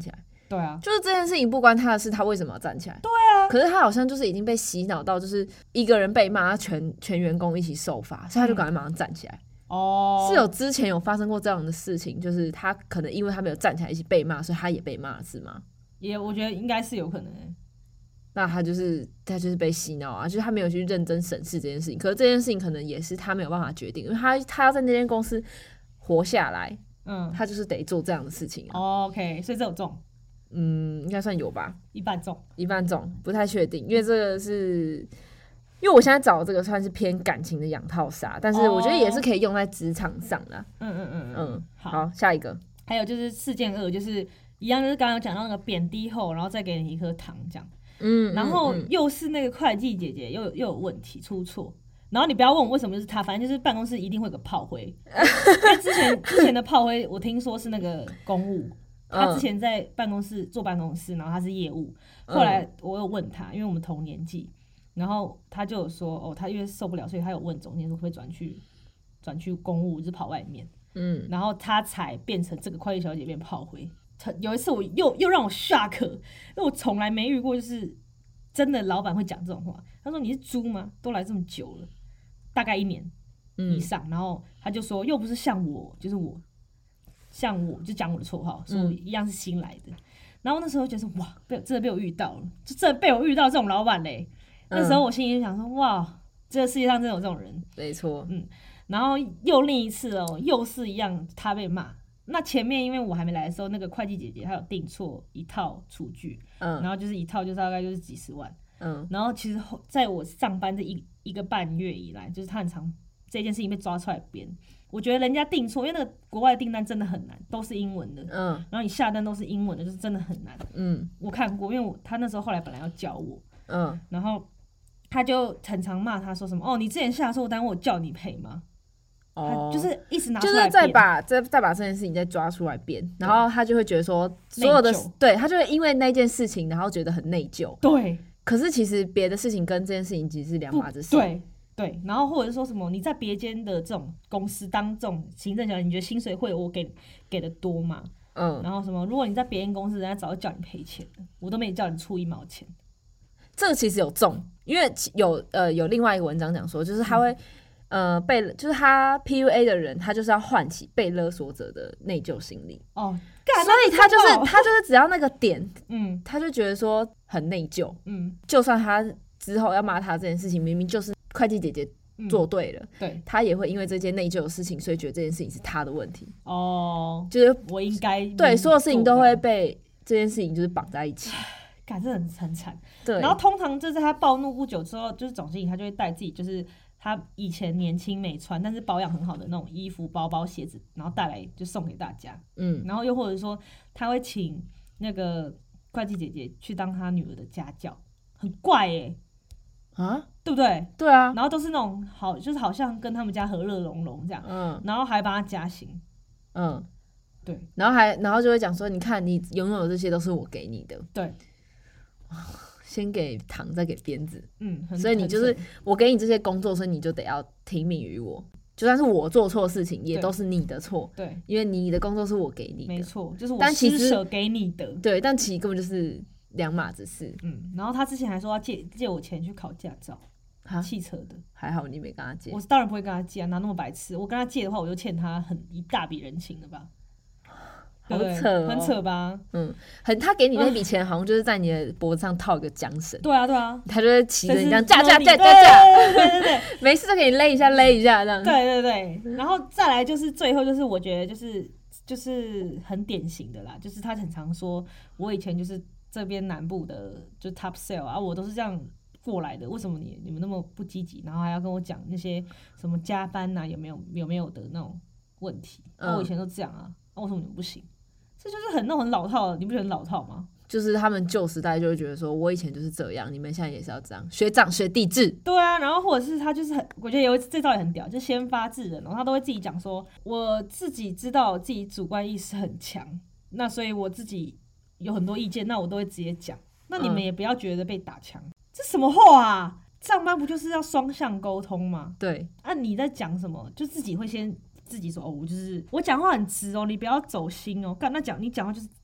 S2: 对啊，
S1: 就是这件事情不关他的事，他为什么要站起来？
S2: 对啊，
S1: 可是他好像就是已经被洗脑到，就是一个人被骂，全员工一起受罚，所以他就赶快马上站起来。是有之前有发生过这样的事情，就是他可能因为他没有站起来一起被骂，所以他也被骂，是吗？
S2: 我觉得应该是有可能
S1: 那他就是被洗脑啊，就是他没有去认真审视这件事情。可是这件事情可能也是他没有办法决定，因为他要在那间公司活下来，他就是得做这样的事情
S2: OK， 所以这有中？
S1: 应该算有吧，
S2: 一半中，
S1: 不太确定，因为这个是。因为我现在找的这个算是偏感情的养套杀，但是我觉得也是可以用在职场上啦。好，下一个。
S2: 还有就是事件2，就是一样，就是刚刚有讲到那个贬低后，然后再给你一颗糖这样。然后又是那个会计姐姐又有问题出错，然后你不要问我为什么就是他，反正就是办公室一定会有个炮灰。因为之前的炮灰，我听说是那个公务，他之前在坐办公室，然后他是业务。后来我有问他，因为我们同年纪。然后他就有说，他因为受不了，所以他有问总监说会转去公务，就是跑外面。然后他才变成这个会计小姐变炮灰。有一次我又让我 shock， 因为我从来没遇过，就是真的老板会讲这种话。他说你是猪吗？都来这么久了，大概1年以上。然后他就说又不是像我，就是我就讲我的绰号，说我一样是新来的。然后那时候觉得哇，真的被我遇到了，就真的被我遇到这种老板嘞。那时候我心里就想说，哇，这个世界上真的有这种人，
S1: 没错。
S2: 然后又另一次又是一样，他被骂。那前面因为我还没来的时候，那个会计姐姐她有订错一套厨具，然后就是一套就大概就是几十万，然后其实在我上班这一个半月以来，就是他很常这件事情被抓出来编。我觉得人家订错，因为那个国外的订单真的很难，都是英文的，然后你下单都是英文的，就是真的很难。我看过，因为他那时候后来本来要教我，然后。他就很常骂他说什么你之前下错单我叫你赔吗？他就是一直拿出来
S1: 就是再把这件事情再抓出来编，然后他就会觉得说所有的对他就会因为那件事情然后觉得很内疚。
S2: 对，
S1: 可是其实别的事情跟这件事情其实是两码子事。
S2: 对，然后或者是说什么你在别间的这种公司当这种行政小姐，你觉得薪水会我给的多吗？然后什么如果你在别间公司，人家早就叫你赔钱了，我都没叫你出1毛钱。
S1: 这个其实有中，因为有另外一个文章讲说，就是他会就是他 PUA 的人，他就是要唤起被勒索者的内疚心理。所以他就是只要那个点，他就觉得说很内疚，就算他之后要骂他这件事情，明明就是会计姐姐做对了，对，他也会因为这件内疚的事情，所以觉得这件事情是他的问题。就是
S2: 我应该
S1: 对所有事情都会被这件事情就是绑在一起。
S2: 这很惨，对。然后通常就是他暴怒不久之后，就是总经理他就会带自己，就是他以前年轻没穿，但是保养很好的那种衣服、包包、鞋子，然后带来就送给大家。然后又或者说他会请那个会计姐姐去当他女儿的家教，很怪对不对？
S1: 对啊。
S2: 然后都是那种就是好像跟他们家和乐融融这样，然后还帮他加薪，对。
S1: 然后就会讲说，你看你拥有的这些都是我给你的，
S2: 对。
S1: 先给糖再给鞭子，所以你就是我给你这些工作，所以你就得要听命于我，就算是我做错事情，也都是你的错，对，因为你的工作是我给你的，
S2: 没错，就是我施舍给你的，
S1: 对，但其实根本就是两码子事，
S2: 然后他之前还说要借我钱去考驾照，汽车的，
S1: 还好你没跟他借，
S2: 我当然不会跟他借啊，哪那么白痴，我跟他借的话，我就欠他一大笔人情了吧。
S1: 好扯
S2: 很扯吧？
S1: 他给你那笔钱，好像就是在你的脖子上套一个缰绳。
S2: 对啊，
S1: 他就会骑着你这样架，
S2: 对，
S1: 没事就给你勒一下这样。
S2: 对，然后再来就是最后就是我觉得就是很典型的啦，就是他很常说，我以前就是这边南部的就 top sale 啊，我都是这样过来的，为什么你们那么不积极，然后还要跟我讲那些什么加班啊有没有的那种问题？我以前都这样啊，为什么你们不行？这就是很老套，你不觉得很老套吗？
S1: 就是他们旧时代就会觉得说，我以前就是这样，你们现在也是要这样，学长学弟制。
S2: 对啊，然后或者是他就是我觉得这招也很屌，就先发制人，然后他都会自己讲说，我自己知道自己主观意识很强，那所以我自己有很多意见，那我都会直接讲，那你们也不要觉得被打枪，这什么话啊？上班不就是要双向沟通吗？对，你在讲什么？就自己会先。自己说我讲话很直你不要走心那你讲话就是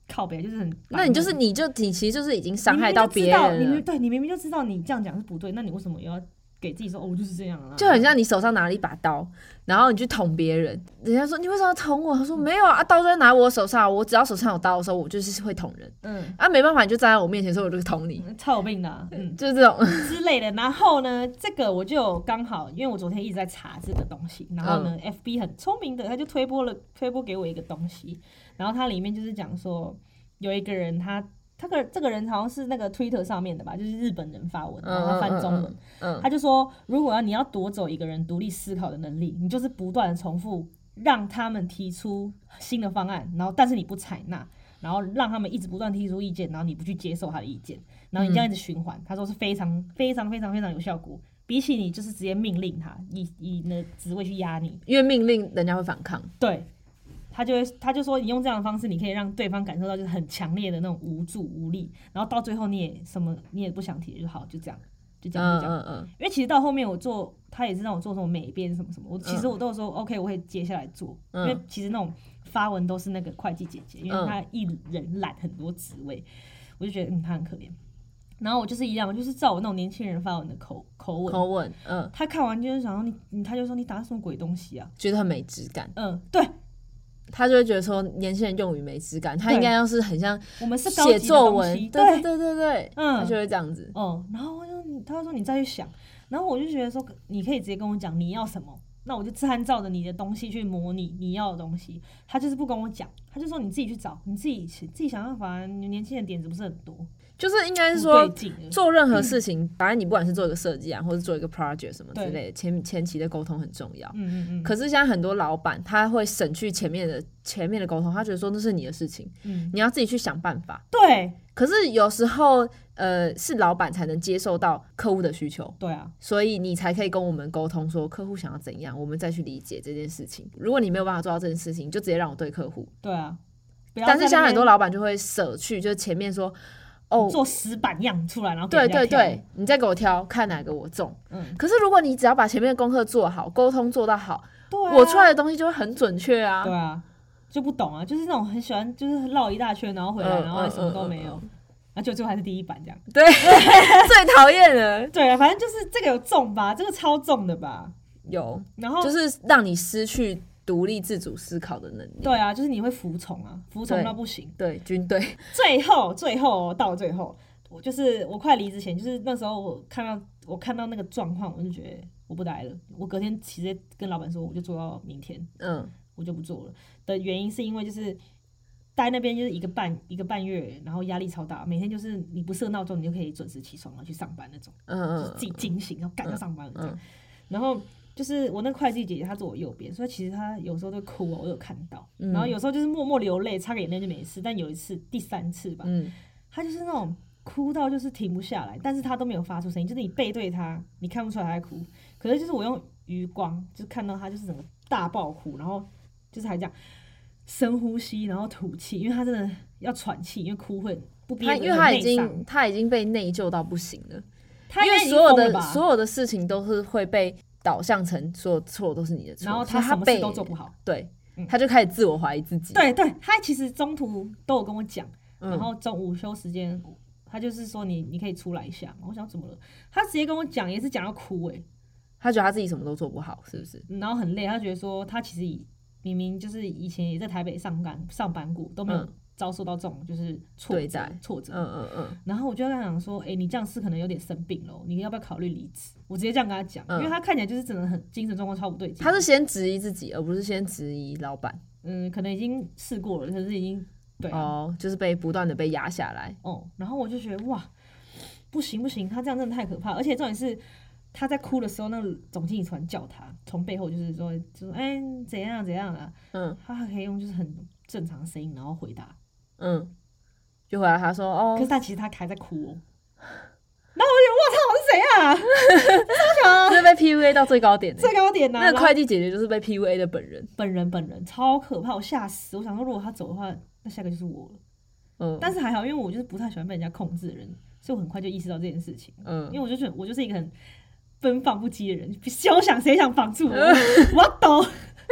S2: 靠北，就是很。
S1: 那你其实就是已经伤害到别人了。
S2: 你明明就知道你这样讲是不对，那你为什么要给自己说我就是这样啊？
S1: 就很像你手上拿了一把刀，然后你去捅别人，人家说你为什么要捅我？他说没有啊，刀就在拿我手上，我只要手上有刀的时候，我就是会捅人。没办法，你就站在我面前说我就捅你，
S2: 超有病的啊，
S1: 就是这种
S2: 之类的。然后呢，这个我就刚好，因为我昨天一直在查这个东西，然后呢，FB 很聪明的，他就推播给我一个东西，然后它里面就是讲说有一个人这个人好像是那个 Twitter 上面的吧，就是日本人发文，然后他翻中文，他就说，如果你要夺走一个人独立思考的能力，你就是不断的重复让他们提出新的方案，然后但是你不采纳，然后让他们一直不断提出意见，然后你不去接受他的意见，然后你这样一直循环，他说是非常非常非常非常有效果，比起你就是直接命令他，以你的职位去压你，
S1: 因为命令人家会反抗，
S2: 对。他就说你用这样的方式，你可以让对方感受到就是很强烈的那种无助无力，然后到最后你也不想提就好，就这样。因为其实到后面他也是让我做什么美编什么什么，其实我都有说 OK， 我会接下来做，因为其实那种发文都是那个会计姐姐，因为她一人揽很多职位，我就觉得她很可怜。然后我就是一样，我就是照我那种年轻人发文的口吻，他看完就是想说他就说你打什么鬼东西啊，
S1: 觉得很没质感，
S2: 对。
S1: 他就会觉得说年轻人用语没质感，他应该要是很像
S2: 我们是
S1: 写作文，对，他就会这样子。
S2: 然后他就说你再去想，然后我就觉得说你可以直接跟我讲你要什么，那我就参照着你的东西去模拟你要的东西。他就是不跟我讲，他就说你自己去找，你自己想办法。你年轻人点子不是很多。
S1: 就是应该是说做任何事情，反正你不管是做一个设计啊，或者做一个 project 什么之类的，前期的沟通很重要。可是现在很多老板他会省去前面的沟通，他觉得说那是你的事情，你要自己去想办法。
S2: 对。
S1: 可是有时候是老板才能接受到客户的需求。
S2: 对啊。
S1: 所以你才可以跟我们沟通说客户想要怎样，我们再去理解这件事情。如果你没有办法做到这件事情，你就直接让我对客户。
S2: 对啊。
S1: 但是现在很多老板就会舍去，就是前面说。
S2: 做死板样出来，然后给
S1: 人家挑。对，你再给我挑，看哪个我中。可是如果你只要把前面的功课做好，沟通做到好，我出来的东西就会很准确啊。
S2: 对啊，就不懂啊，就是那种很喜欢，就是绕一大圈，然后回来，然后什么都没有，那就最后还是第一版这样。
S1: 对，最讨厌了。
S2: 对啊，反正就是这个有中吧，这个超中的吧。有，然后
S1: 就是让你失去独立自主思考的能力。
S2: 对啊，就是你会服从到不行。
S1: 对，军队。
S2: 最后到了最后，我快离之前，就是那时候我看到那个状况，我就觉得我不待了。我隔天直接跟老板说，我就做到明天，我就不做了。的原因是因为就是待那边就是一个半月，然后压力超大，每天就是你不设闹钟，你就可以准时起床然后去上班那种，就是自己惊醒然后赶着上班这样，然后。就是我那个会计姐姐，她坐我右边，所以其实她有时候都哭我有看到。然后有时候就是默默流泪，擦个眼泪就没事。但有一次，第3次吧，她就是那种哭到就是停不下来，但是她都没有发出声音，就是你背对她，你看不出来她在哭。可是就是我用余光就看到她就是整个大爆哭，然后就是还这样深呼吸，然后吐气，因为她真的要喘气，因为哭会不憋，
S1: 因为她已经被内疚到不行了。因为所有的事情都是会被。导向成所有错都是你的错，
S2: 然后他什么事都做不好，
S1: 对，他就开始自我怀疑自己。
S2: 对，他其实中途都有跟我讲，然后中午休时间，他就是说你可以出来一下嘛。我想怎么了？他直接跟我讲，也是讲到哭
S1: 他觉得他自己什么都做不好，是不是？
S2: 然后很累，他觉得说他其实明明就是以前也在台北上班过，都没有遭受到这种就是挫折。然后我就跟他讲说，你这样是可能有点生病了，你要不要考虑离职？我直接这样跟他讲，因为他看起来就是真的很精神状况超不对劲。
S1: 他是先质疑自己，而不是先质疑老板。
S2: 可能已经试过了，可是已经对
S1: 就是不断的被压下来。
S2: 然后我就觉得哇，不行，他这样真的太可怕了，而且重点是。他在哭的时候，那个总经理突然叫他，从背后就是说怎样啊？他还可以用就是很正常的声音，然后回答，
S1: 就回答他说
S2: 可是他其实他还在哭然后我就我操，我是谁啊？
S1: 这是被 PUA 到最高点，
S2: 那
S1: 个会计姐姐就是被 PUA 的本
S2: 人，超可怕，我吓死！我想说，如果他走的话，那下个就是我了。但是还好，因为我就是不太喜欢被人家控制的人，所以我很快就意识到这件事情。因为我就是一个很奔放不羁的人，休想谁想绑住我，我要抖。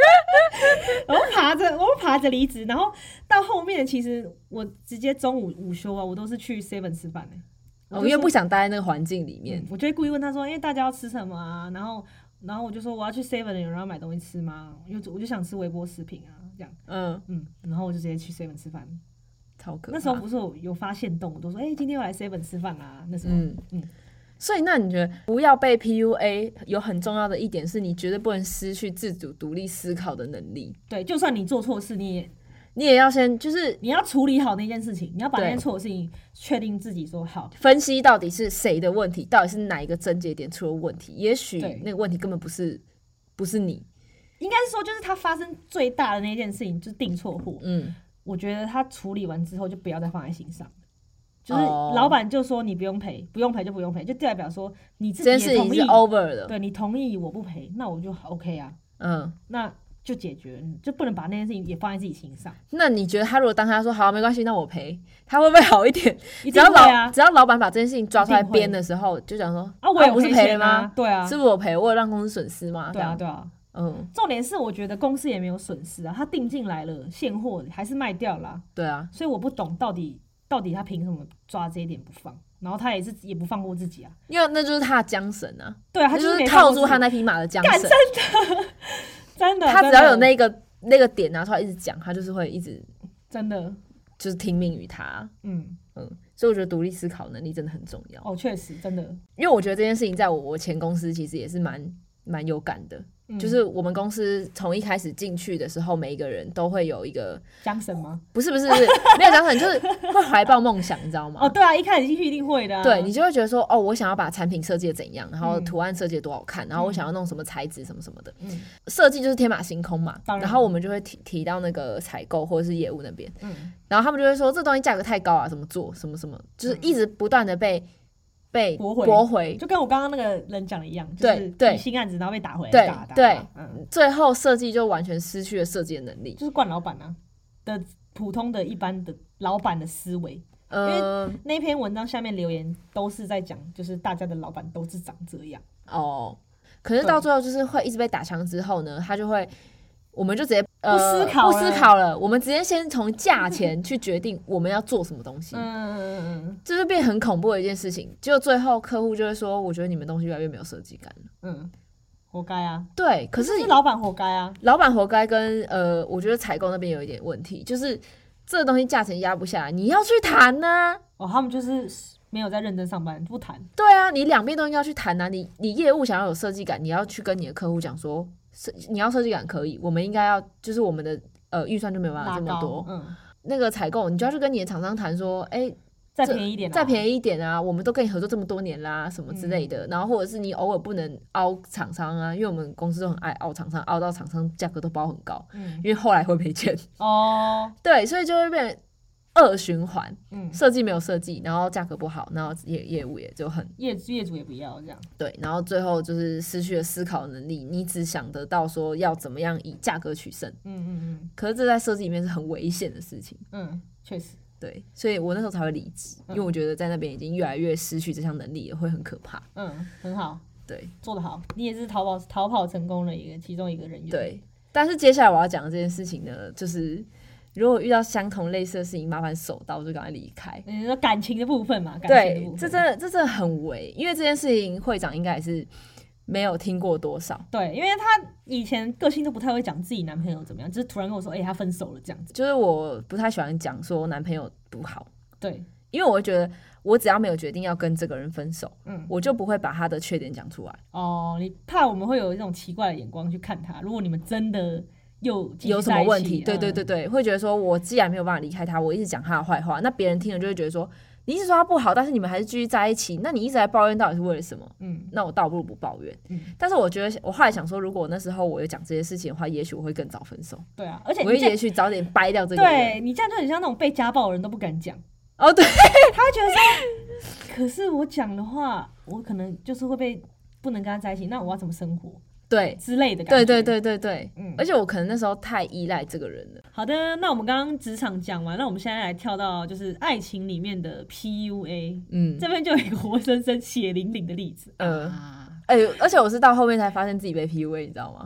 S2: 我爬着离职，然后到后面其实我直接中午午休啊，我都是去 Seven 吃饭
S1: 因为不想待在那个环境里面，
S2: 我就会故意问他说，大家要吃什么啊？然后我就说我要去 Seven， 有人要买东西吃吗？我就想吃微波食品啊，这样，然后我就直接去 Seven 吃饭。
S1: 超可怕。
S2: 那时候不是有发现动，我都说今天我来 Seven 吃饭啦。那时候，
S1: 所以那你觉得不要被 PUA 有很重要的一点是，你绝对不能失去自主独立思考的能力。
S2: 对，就算你做错事，你
S1: 也要先就是
S2: 你要处理好那件事情，你要把那件错的事情确定自己说好，
S1: 分析到底是谁的问题，到底是哪一个症结点出了问题。也许那个问题根本不是你，
S2: 应该是说就是他发生最大的那件事情就是订错货。我觉得他处理完之后就不要再放在心上。就是老板就说你不用赔，不用赔就不用赔，就代表说你自己也同意，
S1: 这件事情是 over 了。
S2: 对，你同意我不赔，那我就 OK 啊。那就解决，就不能把那件事情也放在自己心上。
S1: 那你觉得他如果当他说好没关系，那我赔，他会不会好一点？
S2: 只要
S1: 老板把这件事情抓出来编的时候，就讲说
S2: 我有
S1: 不是赔了吗？
S2: 对啊，
S1: 是不是我赔？我有让公司损失吗？
S2: 对啊。重点是我觉得公司也没有损失啊，他订进来了现货还是卖掉了。
S1: 对啊，
S2: 所以我不懂到底他凭什么抓这一点不放，然后他也不放过自己啊，
S1: 因为那就是他的缰绳啊。
S2: 对啊，他
S1: 就是套住他那匹马的缰绳。
S2: 真的，
S1: 他只要有那个点拿出来一直讲，他就是会一直
S2: 真的
S1: 就是听命于他。所以我觉得独立思考能力真的很重要。
S2: 确实真的，
S1: 因为我觉得这件事情在我前公司其实也是蛮有感的。就是我们公司从一开始进去的时候，每一个人都会有一个
S2: 缰绳吗？
S1: 不是，没有缰绳，就是会怀抱梦想，你知道吗？
S2: 对啊，一开始进去一定会的。
S1: 对，你就会觉得说，我想要把产品设计的怎样，然后图案设计的多好看，然后我想要弄什么材质什么什么的。设计就是天马行空嘛。然后我们就会提到那个采购或者是业务那边，然后他们就会说这东西价格太高啊，怎么做什么什么，就是一直不断的被驳回，
S2: 就跟我刚刚那个人讲的一样，就是提新案子然后被打回
S1: 来，对，最后设计就完全失去了设计的能力，
S2: 就是惯老板的普通的一般的老板的思维。因为那篇文章下面留言都是在讲，就是大家的老板都是长这样。
S1: 可是到最后就是会一直被打枪之后呢，他就会。我们就直接
S2: 不思
S1: 考了，我们直接先从价钱去决定我们要做什么东西，这就变很恐怖的一件事情。结果最后客户就会说：“我觉得你们东西越来越没有设计感了。”
S2: 活该啊。
S1: 对，可是
S2: 老板活该啊。
S1: 老板活该跟我觉得采购那边有一点问题，就是这个东西价钱压不下来，你要去谈啊。
S2: 他们就是没有在认真上班，不谈。
S1: 对啊，你两边都应该要去谈啊。你业务想要有设计感，你要去跟你的客户讲说。你要设计感可以，我们应该要就是我们的预算就没有办法这么多。那个采购你就要去跟你的厂商谈说，
S2: 再便宜一点，
S1: 再便宜一点啊！我们都跟你合作这么多年啦，什么之类的。然后或者是你偶尔不能凹厂商啊，因为我们公司都很爱凹厂商，凹到厂商价格都包很高，因为后来会赔钱。对，所以就会变成恶循环。设计没有设计，然后价格不好，然后业务也就很
S2: 业主也不要这样。
S1: 对，然后最后就是失去了思考能力，你只想得到说要怎么样以价格取胜。可是这在设计里面是很危险的事情。
S2: 确实。
S1: 对，所以我那时候才会离职，因为我觉得在那边已经越来越失去这项能力，也会很可怕。
S2: 很好，
S1: 对，
S2: 做得好，你也是逃跑成功的其中一个人员。
S1: 对，但是接下来我要讲的这件事情呢，就是如果遇到相同类似的事情，麻烦手到就赶快离开。
S2: 你说感情的部分嘛？
S1: 对，这真的很微，因为这件事情会长应该也是没有听过多少。
S2: 对，因为他以前个性都不太会讲自己男朋友怎么样，就是突然跟我说，他分手了这样子。
S1: 就是我不太喜欢讲说男朋友不好，
S2: 对，
S1: 因为我会觉得我只要没有决定要跟这个人分手，我就不会把他的缺点讲出来。
S2: 你怕我们会有一种奇怪的眼光去看他，如果你们真的有
S1: 什么问题，对，会觉得说我既然没有办法离开他，我一直讲他的坏话，那别人听了就会觉得说你一直说他不好，但是你们还是继续在一起，那你一直在抱怨到底是为了什么？那我倒不如不抱怨。但是我觉得我后来想说，如果那时候我有讲这些事情的话，也许我会更早分手。
S2: 对啊，而且
S1: 我会也许早点掰掉这个人。
S2: 对，你这样就很像那种被家暴的人都不敢讲。
S1: 对，
S2: 他会觉得说，可是我讲的话，我可能就是会被不能跟他在一起，那我要怎么生活？
S1: 对
S2: 之类的感觉。
S1: 对，而且我可能那时候太依赖这个人了。
S2: 好的，那我们刚刚职场讲完，那我们现在来跳到就是爱情里面的 PUA。这边就有一个活生生血淋淋的例子。
S1: 而且我是到后面才发现自己被 PUA， 你知道吗？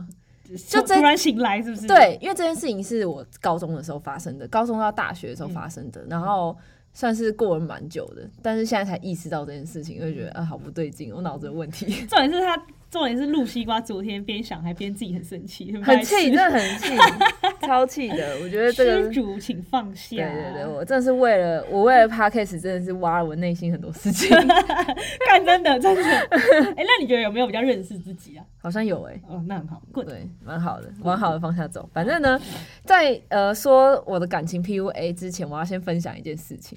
S2: 就突然醒来，是不是？
S1: 对，因为这件事情是我高中的时候发生的，高中到大学的时候发生的，然后算是过了蛮久的，但是现在才意识到这件事情，就觉得好不对劲，我脑子有问题。
S2: 重点是露西瓜昨天边想还边自己很生气，
S1: 很气，真的很气，超气的。我觉得这个
S2: 施主请放下。
S1: 对，我真的是为了 Podcast 真的是挖了我内心很多事情。
S2: 干真的。那你觉得有没有比较认识自己啊？
S1: 好像有
S2: 哦，那很好，
S1: 对，蛮好的，往好的方向走。反正呢，在说我的感情 PUA 之前，我要先分享一件事情。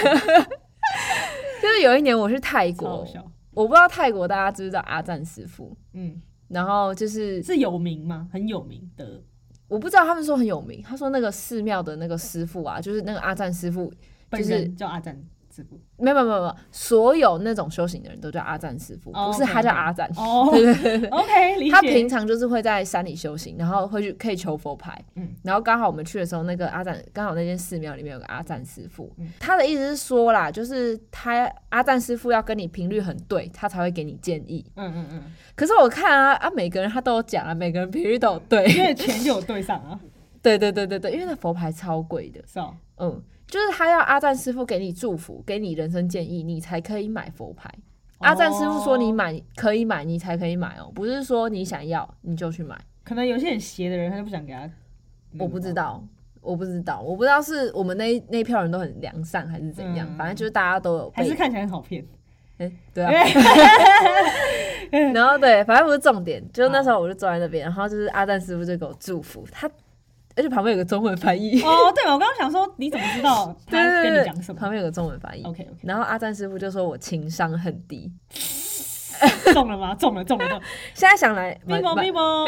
S1: 就是有一年我去泰国。我不知道泰国大家知不知道阿赞师傅，然后是
S2: 有名吗？很有名的，
S1: 我不知道，他们说很有名。他说那个寺庙的那个师傅啊，就是那个阿赞师傅，就是
S2: 叫阿赞师傅。
S1: 没有，所有那种修行的人都叫阿赞师傅，不是他叫阿赞。
S2: 对 ，OK， 理解。
S1: 他平常就是会在山里修行，然后可以求佛牌。然后刚好我们去的时候，那个阿赞刚好那间寺庙里面有个阿赞师傅。他的意思是说啦，就是阿赞师傅要跟你频率很对，他才会给你建议。可是我看每个人他都有讲啊，每个人频率都有对，
S2: 因为钱就有对上啊。
S1: 对，因为那佛牌超贵的。
S2: 是哦。
S1: 就是他要阿赞师傅给你祝福，给你人生建议，你才可以买佛牌。阿赞师傅说你买可以买，你才可以买哦，不是说你想要你就去买。
S2: 可能有些很邪的人，他就不想给他。
S1: 我不知道是我们那一票人都很良善还是怎样，反正就是大家都有。
S2: 还是看起来很好骗。
S1: 对啊。然后对，反正不是重点，就那时候我就坐在那边，然后就是阿赞师傅就给我祝福他。而且旁边有个中文翻译。
S2: 对，我刚刚想说你怎么知道他跟你讲什么？
S1: 旁边有个中文翻译。
S2: OK。
S1: 然后阿赞师傅就说我情商很低。
S2: 中了吗？中了。
S1: 现在想来，
S2: 蛮重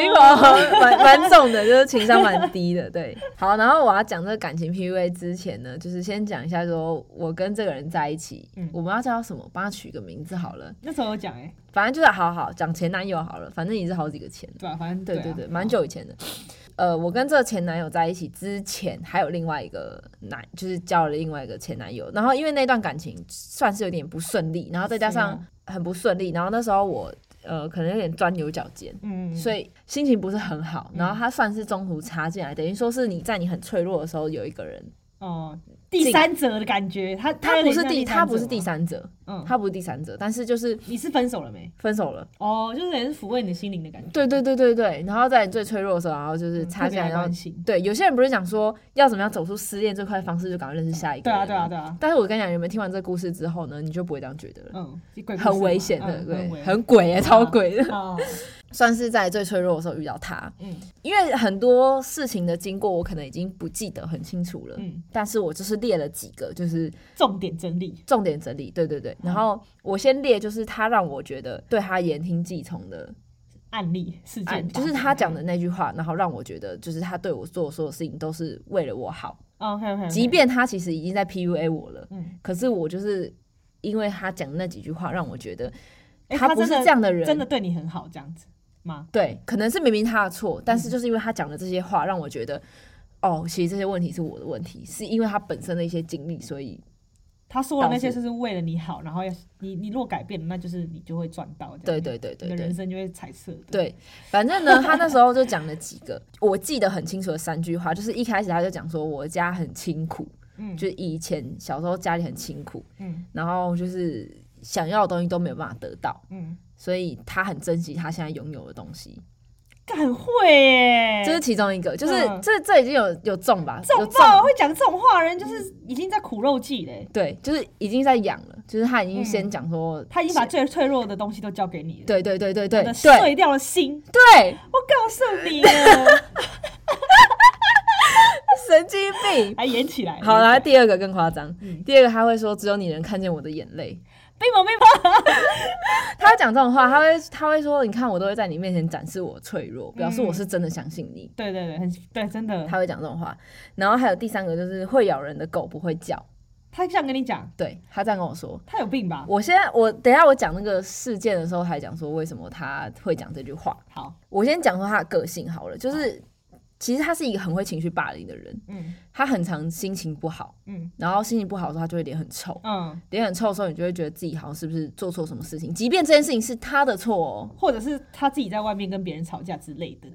S1: 的，就是情商蛮低的。对，好，然后我要讲这个感情 PUA 之前呢，就是先讲一下，说我跟这个人在一起，我们要叫他什么？帮他取个名字好了。
S2: 那时候有讲
S1: 反正就是好讲前男友好了，反正也是好几个前。
S2: 对啊，反正
S1: 对，蛮久以前的。我跟这个前男友在一起之前，还有另外一个就是交了另外一个前男友，然后因为那段感情算是有点不顺利，然后再加上很不顺利，然后那时候我可能有点钻牛角尖，所以心情不是很好，然后他算是中途插进来，等于说是你在你很脆弱的时候有一个人
S2: 第三者的感觉，他
S1: 不是第三者，他不是第三者，但是就是
S2: 你是分手了没？
S1: 分手了
S2: 就是等于是抚慰你的心灵的感觉。
S1: 对，然后在你最脆弱的时候，然后就是插进来，然后对，有些人不是讲说要怎么样走出失恋最快的方式，就赶快认识下一个人。对啊。但是我跟你讲，你们听完这个故事之后呢，你就不会这样觉得了，很危险的，对，很鬼超鬼的。算是在最脆弱的时候遇到他，因为很多事情的经过我可能已经不记得很清楚了，但是我就是列了几个，就是
S2: 重点整理，
S1: 对，然后我先列就是他让我觉得对他言听计从的
S2: 案例事件，
S1: 就是他讲的那句话，然后让我觉得就是他对我做的所有事情都是为了我好，即便他其实已经在 PUA 我了，可是我就是因为他讲的那几句话让我觉得他不是这样的人，
S2: 真的对你很好这样子吗？
S1: 对，可能是明明他的错，但是就是因为他讲的这些话让我觉得其实这些问题是我的问题，是因为他本身的一些经历，所以
S2: 他说的那些是为了你好，然后你若改变了，那就是你就会赚到，
S1: 对，
S2: 你的人生就会彩色的。
S1: 对，反正呢，他那时候就讲了几个我记得很清楚的3句话，就是一开始他就讲说我家很清苦，就是以前小时候家里很清苦，然后就是想要的东西都没有办法得到，所以他很珍惜他现在拥有的东西。
S2: 很会耶，
S1: 这是其中一个，就是这已经有中吧？
S2: 中爆会讲这种话的人，就是已经在苦肉计嘞。
S1: 对，就是已经在养了，就是他已经先讲说，
S2: 他已经把最脆弱的东西都交给你了。
S1: 对，
S2: 碎掉了心。
S1: 对，
S2: 我告诉你了，
S1: 神经病，
S2: 还演起来。
S1: 好，来第二个更夸张，第二个他会说，只有你能看见我的眼泪。
S2: 冰雹，
S1: 他讲这种话，他会说，你看我都会在你面前展示我脆弱，表示我是真的相信你。
S2: 对，对，真的。
S1: 他会讲这种话，然后还有第3个就是会咬人的狗不会叫。
S2: 他这样跟你讲？
S1: 对，他这样跟我说。
S2: 他有病吧？
S1: 等一下我讲那个事件的时候，还讲说为什么他会讲这句话。
S2: 好，
S1: 我先讲说他的个性好了，就是其实他是一个很会情绪霸凌的人，他很常心情不好，然后心情不好的时候他就会脸很臭，脸很臭的时候你就会觉得自己好像是不是做错什么事情，即便这件事情是他的错或
S2: 者是他自己在外面跟别人吵架之类的。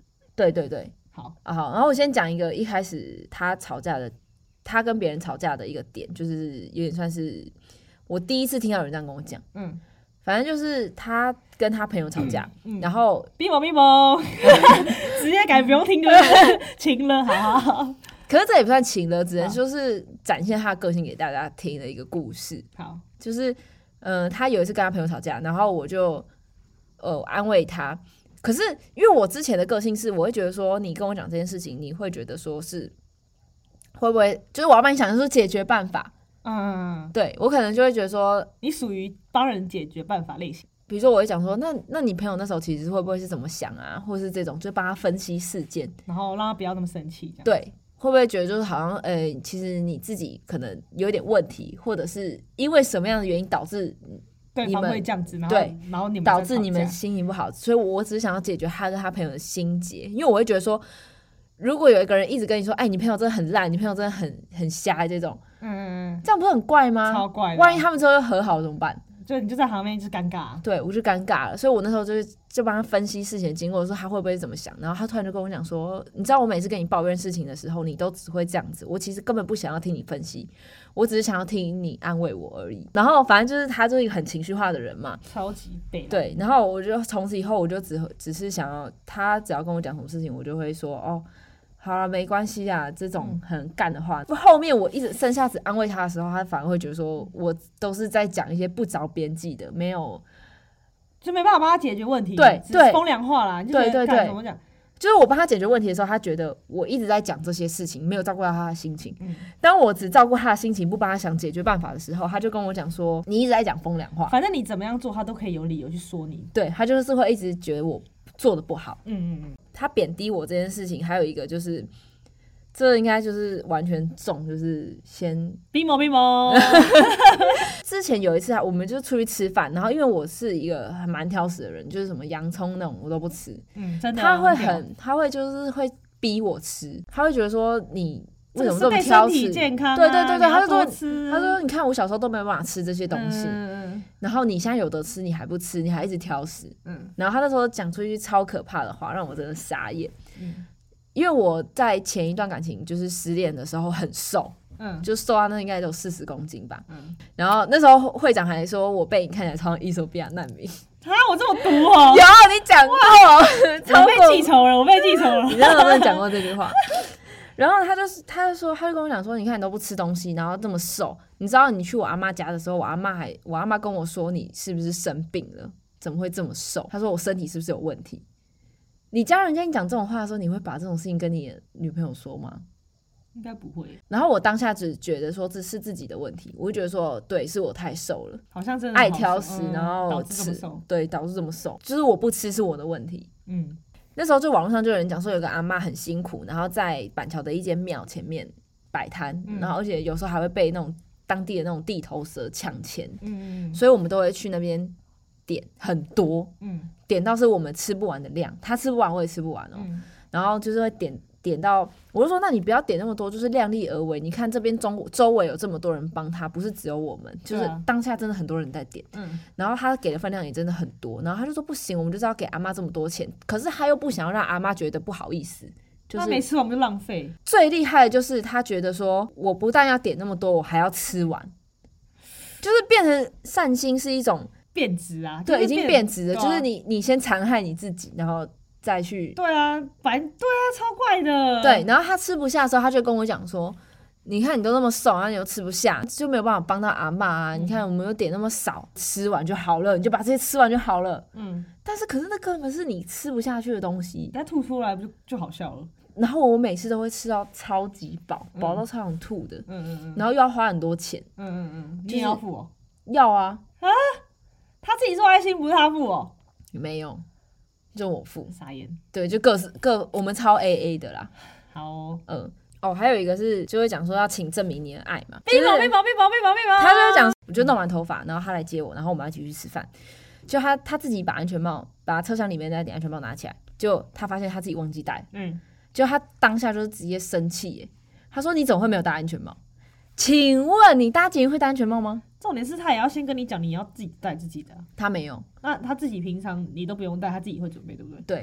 S1: 对对对，
S2: 好
S1: 好。然后我先讲一个一开始他跟别人吵架的一个点，就是有点算是我第一次听到有人这样跟我讲。反正就是他跟他朋友吵架，然后
S2: 咪蒙直接改不用听歌，情了，好。
S1: 可是这也不算情了，只能就是展现他的个性给大家听的一个故事。
S2: 好，
S1: 就是他有一次跟他朋友吵架，然后我就安慰他。可是因为我之前的个性是，我会觉得说你跟我讲这件事情，你会觉得说是会不会就是我要帮你想出解决办法。对，我可能就会觉得说
S2: 你属于帮人解决办法类型。
S1: 比如说我会讲说那你朋友那时候其实会不会是怎么想啊，或是这种就帮他分析事件，
S2: 然后让他不要那么生气。
S1: 对，会不会觉得就是好像其实你自己可能有点问题，或者是因为什么样的原因导致
S2: 你们会这样子，然后你们
S1: 导致你们心情不好，所以我只是想要解决他跟他朋友的心结。因为我会觉得说，如果有一个人一直跟你说你朋友真的很烂，你朋友真的很瞎这种，这样不是很怪吗？
S2: 超怪的。
S1: 万一他们之后又和好怎么办？
S2: 就你就在旁边就尴尬。
S1: 对，我就尴尬了。所以我那时候就帮他分析事情的经过，说他会不会怎么想。然后他突然就跟我讲说，你知道我每次跟你抱怨事情的时候，你都只会这样子，我其实根本不想要听你分析，我只是想要听你安慰我而已。然后反正就是他就是一个很情绪化的人嘛，
S2: 超级悲。
S1: 对，然后我就从此以后我就只是想要他只要跟我讲什么事情，我就会说好了，没关系啊，这种很干的话。后面我一直剩下只安慰他的时候，他反而会觉得说我都是在讲一些不着边际的，没有
S2: 就没办法帮他解决问题。
S1: 对，
S2: 风凉话啦。
S1: 对，
S2: 怎么讲？
S1: 就是我帮他解决问题的时候，他觉得我一直在讲这些事情，没有照顾到他的心情。当我只照顾他的心情，不帮他想解决办法的时候，他就跟我讲说：“你一直在讲风凉话。”
S2: 反正你怎么样做，他都可以有理由去说你。
S1: 对，他就是会一直觉得我做的不好。他贬低我这件事情，还有一个就是。这应该就是完全中，就是先
S2: 冰毛。
S1: 之前有一次我们就出去吃饭，然后因为我是一个还蛮挑食的人，就是什么洋葱那种我都不吃。
S2: 真的。
S1: 他会就是会逼我吃，他会觉得说你为什么这么挑食？
S2: 健康、
S1: 对，他就
S2: 说
S1: 他说你看我小时候都没有办法吃这些东西，然后你现在有得吃你还不吃，你还一直挑食。然后他那时候讲出一句超可怕的话，让我真的傻眼。因为我在前一段感情就是失恋的时候很瘦，就瘦到那应该有40公斤吧。然后那时候会长还说我背影看起来超像伊索比亚难民。
S2: 我这么毒哦？
S1: 有你讲过，
S2: 我被记仇了，你
S1: 那时候真的讲过这句话。然后他就跟我讲说，你看你都不吃东西，然后这么瘦，你知道你去我阿嬷家的时候，我阿嬷跟我说你是不是生病了？怎么会这么瘦？他说我身体是不是有问题？你家人跟你讲这种话的时候，你会把这种事情跟你的女朋友说吗？
S2: 应该不会。
S1: 然后我当下只觉得说这是自己的问题，我就觉得说对，是我太瘦了，
S2: 好像真的
S1: 爱挑食，然后吃，对，导致这么瘦，就是我不吃是我的问题。那时候就网络上就有人讲说有个阿嬷很辛苦，然后在板桥的一间庙前面摆摊，然后而且有时候还会被那种当地的那种地头蛇抢钱，所以我们都会去那边点很多，点到是我们吃不完的量，他吃不完我也吃不完然后就是会点到，我就说那你不要点那么多，就是量力而为。你看这边周围有这么多人帮他，不是只有我们，就是当下真的很多人在点。然后他给的分量也真的很多，然后他就说不行，我们就是要给阿嬷这么多钱，可是他又不想要让阿嬷觉得不好意思。就是
S2: 没吃完我们就浪费。
S1: 最厉害的就是他觉得说，我不但要点那么多，我还要吃完，就是变成善心是一种
S2: 变质啊，
S1: 对，已经变质了。就是你先残害你自己，然后再去
S2: 对啊，超怪的。
S1: 对，然后他吃不下的时候，他就跟我讲说：“你看你都那么瘦，然后你又吃不下，就没有办法帮到阿嬷啊。你看我们又点那么少，吃完就好了，你就把这些吃完就好了。”但是可是那根本是你吃不下去的东西，
S2: 但吐出来不就好笑了？
S1: 然后我每次都会吃到超级饱，饱到超想吐的。然后又要花很多钱。
S2: 你也要付哦？
S1: 要啊。
S2: 他自己做爱心不是他付哦？
S1: 没有。就我付，
S2: 傻眼。对，
S1: 就我们超 AA 的啦。
S2: 好
S1: 还有一个是就会讲说要请证明你的爱嘛。
S2: 闭毛。
S1: 他就会讲，我就弄完头发，然后他来接我，然后我们要一起去吃饭。就他自己把车厢里面那顶安全帽拿起来，就他发现他自己忘记戴。就他当下就是直接生气耶。他说你怎么会没有戴安全帽？请问你搭捷运会戴安全帽吗？
S2: 重点是他也要先跟你讲，你要自己戴自己的。
S1: 他没有。
S2: 那他自己平常你都不用戴，他自己会准备，对不对？
S1: 对，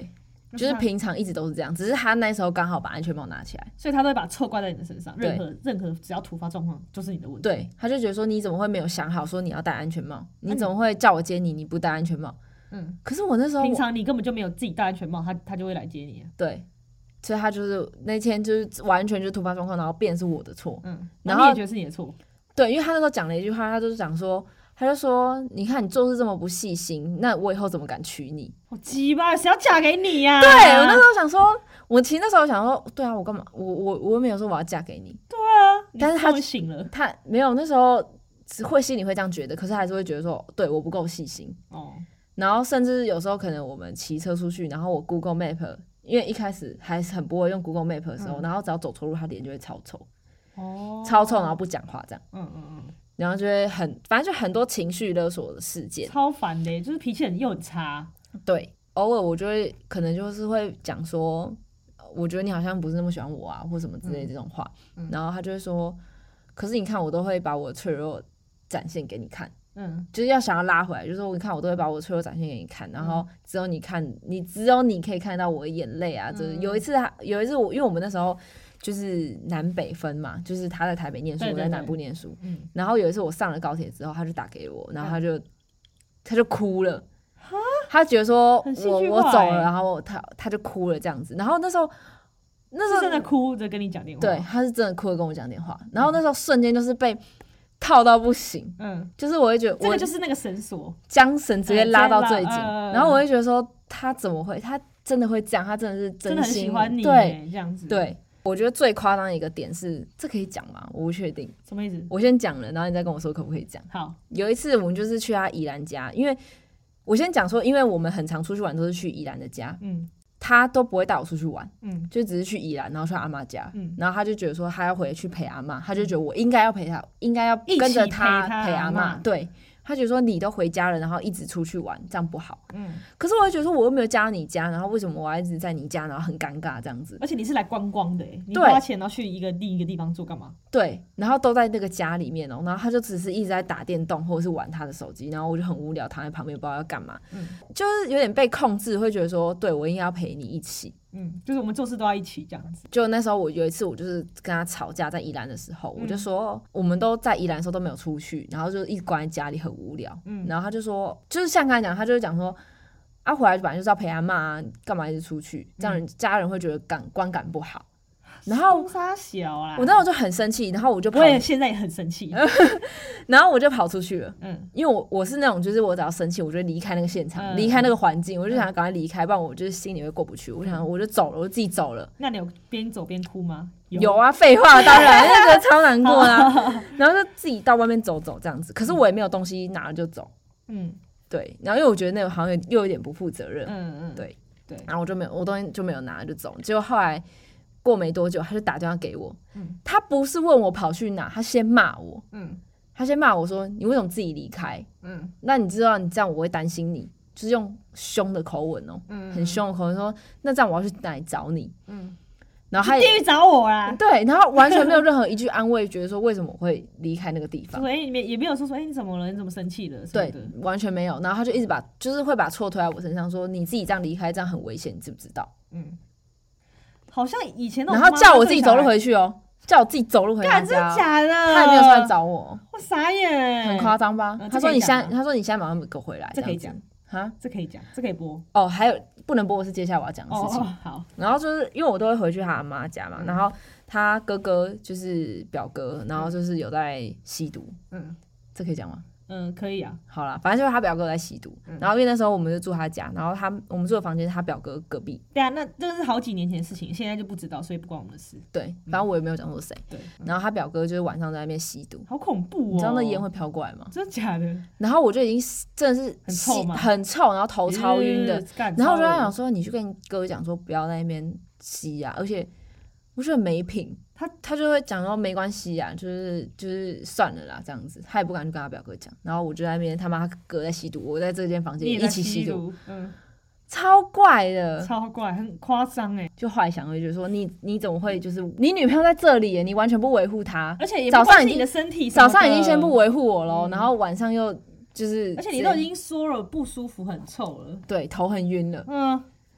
S1: 就是平常一直都是这样，只是他那时候刚好把安全帽拿起来，
S2: 所以他都会把错怪在你的身上，任何只要突发状况就是你的问题。
S1: 对，他就觉得说你怎么会没有想好说你要戴安全帽？你怎么会叫我接你？你不戴安全帽？可是我那时候
S2: 平常你根本就没有自己戴安全帽，他就会来接你。
S1: 对，所以他就是那天就是完全就是突发状况，然后变成是我的错。
S2: 然后你也觉得是你的错？
S1: 对，因为他那时候讲了一句话，他就是讲说。他就说：“你看你做事这么不细心，那我以后怎么敢娶你？
S2: 好鸡巴，谁要嫁给你呀？”
S1: 对，我那时候想说，其实那时候想说，对啊，我干嘛？我又没有说我要嫁给你。
S2: 对啊，
S1: 但是他
S2: 醒了，
S1: 他没有那时候会心里会这样觉得，可是还是会觉得说，对我不够细心。然后甚至有时候可能我们骑车出去，然后我 Google Map， 因为一开始还是很不会用 Google Map 的时候，然后只要走错路，他脸就会超臭，超臭，然后不讲话这样。然后就会反正就很多情绪勒索的事件，
S2: 超烦的，就是脾气又很差。
S1: 对，偶尔我就会可能就是会讲说，我觉得你好像不是那么喜欢我啊，或什么之类的这种话。然后他就会说，可是你看我都会把我的脆弱展现给你看，就是要想要拉回来，就是说你看我都会把我的脆弱展现给你看，然后只有你可以看到我的眼泪啊。就是有一次我因为我们那时候。就是南北分嘛，就是他在台北念书，我在南部念书。然后有一次我上了高铁之后，他就打给我，然后他就哭了，他觉得说我走了，然后他就哭了这样子。然后那时候
S2: 是真的哭着跟你讲电话，
S1: 对，他是真的哭着跟我讲电话。然后那时候瞬间就是被套到不行，就是我会觉得
S2: 这个就是那个绳索，
S1: 将绳直接拉到最紧，然后我会觉得说他怎么会，他真的会这样，他真的是
S2: 真的很喜欢你，
S1: 对，
S2: 这样子，
S1: 对。我觉得最夸张的一个点是，这可以讲吗？我不确定。
S2: 什么意思？
S1: 我先讲了，然后你再跟我说可不可以讲。
S2: 好，
S1: 有一次我们就是去他宜兰家，因为我先讲说，因为我们很常出去玩都是去宜兰的家，他都不会带我出去玩，就只是去宜兰，然后去阿嬷家，然后他就觉得说他要回去陪阿嬷，他就觉得我应该要陪他，应该要跟着他陪阿嬷，对。他觉得说你都回家了，然后一直出去玩，这样不好。可是我就觉得说我又没有加到你家，然后为什么我要一直在你家，然后很尴尬这样子？
S2: 而且你是来观光的，你花钱然后去另一个地方做干嘛？
S1: 对，然后都在那个家里面然后他就只是一直在打电动或者是玩他的手机，然后我就很无聊躺在旁边不知道要干嘛，就是有点被控制，会觉得说对我应该要陪你一起。
S2: 就是我们做事都要一起这样子。
S1: 就那时候我有一次我就是跟他吵架，在宜兰的时候，我就说我们都在宜兰的时候都没有出去，然后就一直关在家里很无聊。然后他就说，就是像刚才讲，他就会讲说啊，回来本来就是要陪阿嬷啊，干嘛一直出去？这样家人会觉得观感不好。然后我那时候就很生气，然后我就
S2: 我现在也很生气，
S1: 然后我就跑出去了。因为我是那种就是我只要生气，我就离开那个现场，离开那个环境，我就想赶快离开，不然我就是心里会过不去。我想我就走了，我自己走了。
S2: 那你有边走边哭吗？
S1: 有啊，废话，当然就觉得超难过啊。然后就自己到外面走走这样子，可是我也没有东西拿了就走。对。然后因为我觉得那个好像又有点不负责任。对。然后我东西就没有拿就走，结果后来。过没多久，他就打电话给我。他不是问我跑去哪，他先骂我。他先骂我说：“你为什么自己离开？”那你知道你这样我会担心你，就是用凶的口吻哦，很凶的口吻说：“那这样我要去哪里找你？”然后他
S2: 去地狱找我啦。
S1: 对，然后完全没有任何一句安慰，觉得说为什么我会离开那个地方。
S2: 也没有说你怎么了？你怎么生气了？
S1: 对，完全没有。然后他就一直就是会把错推在我身上，说你自己这样离开，这样很危险，你知不知道？
S2: 好像以前那
S1: 种，然后叫我自己走路回去哦，叫我自己走路回家。
S2: 真的假的？
S1: 他也没有出来找我，
S2: 我傻眼，
S1: 很夸张吧？他说你现在马上给我回来，
S2: 这可以讲哈，这可以讲，这可以播
S1: 哦。还有不能播的是接下来我要讲的事情。
S2: 好，
S1: 然后就是因为我都会回去他妈家嘛，然后他哥哥就是表哥，然后就是有在吸毒。这可以讲吗？
S2: 可以啊。
S1: 好啦，反正就是他表哥在吸毒，然后因为那时候我们就住他家，然后我们住的房间是他表哥隔壁。
S2: 对啊，那这是好几年前的事情，现在就不知道，所以不关我们的事。
S1: 对，反正我也没有讲说谁。对，然后他表哥就是晚上在那边吸毒，
S2: 好恐怖哦！
S1: 你知道那烟会飘过来吗？
S2: 真的假的？
S1: 然后我就已经真的是
S2: 很臭吗？
S1: 很臭，然后头超晕的。然后我就在想说，你去跟你哥讲说不要在那边吸啊，而且我觉得没品。他就会讲说没关系啊，就是算了啦这样子，他也不敢去跟他表哥讲。然后我就在那边他妈哥在吸毒，我在这间房间一起吸毒，超怪的，
S2: 超怪，很夸张哎。
S1: 就后来想会觉得说你怎么会就是你女朋友在这里耶，你完全不维护她，
S2: 而且也不关心你的身体，
S1: 早上已经先不维护我咯，然后晚上又就是，
S2: 而且你都已经说了不舒服很臭了，
S1: 对，头很晕了，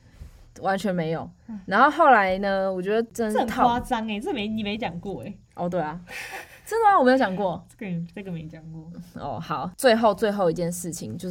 S1: 完全没有。然后后来呢，我觉得真的
S2: 很夸张这你没讲过
S1: 哦，对啊，真的吗？我没有讲过。
S2: 这个没讲过。
S1: 哦，好，最后一件事情就是，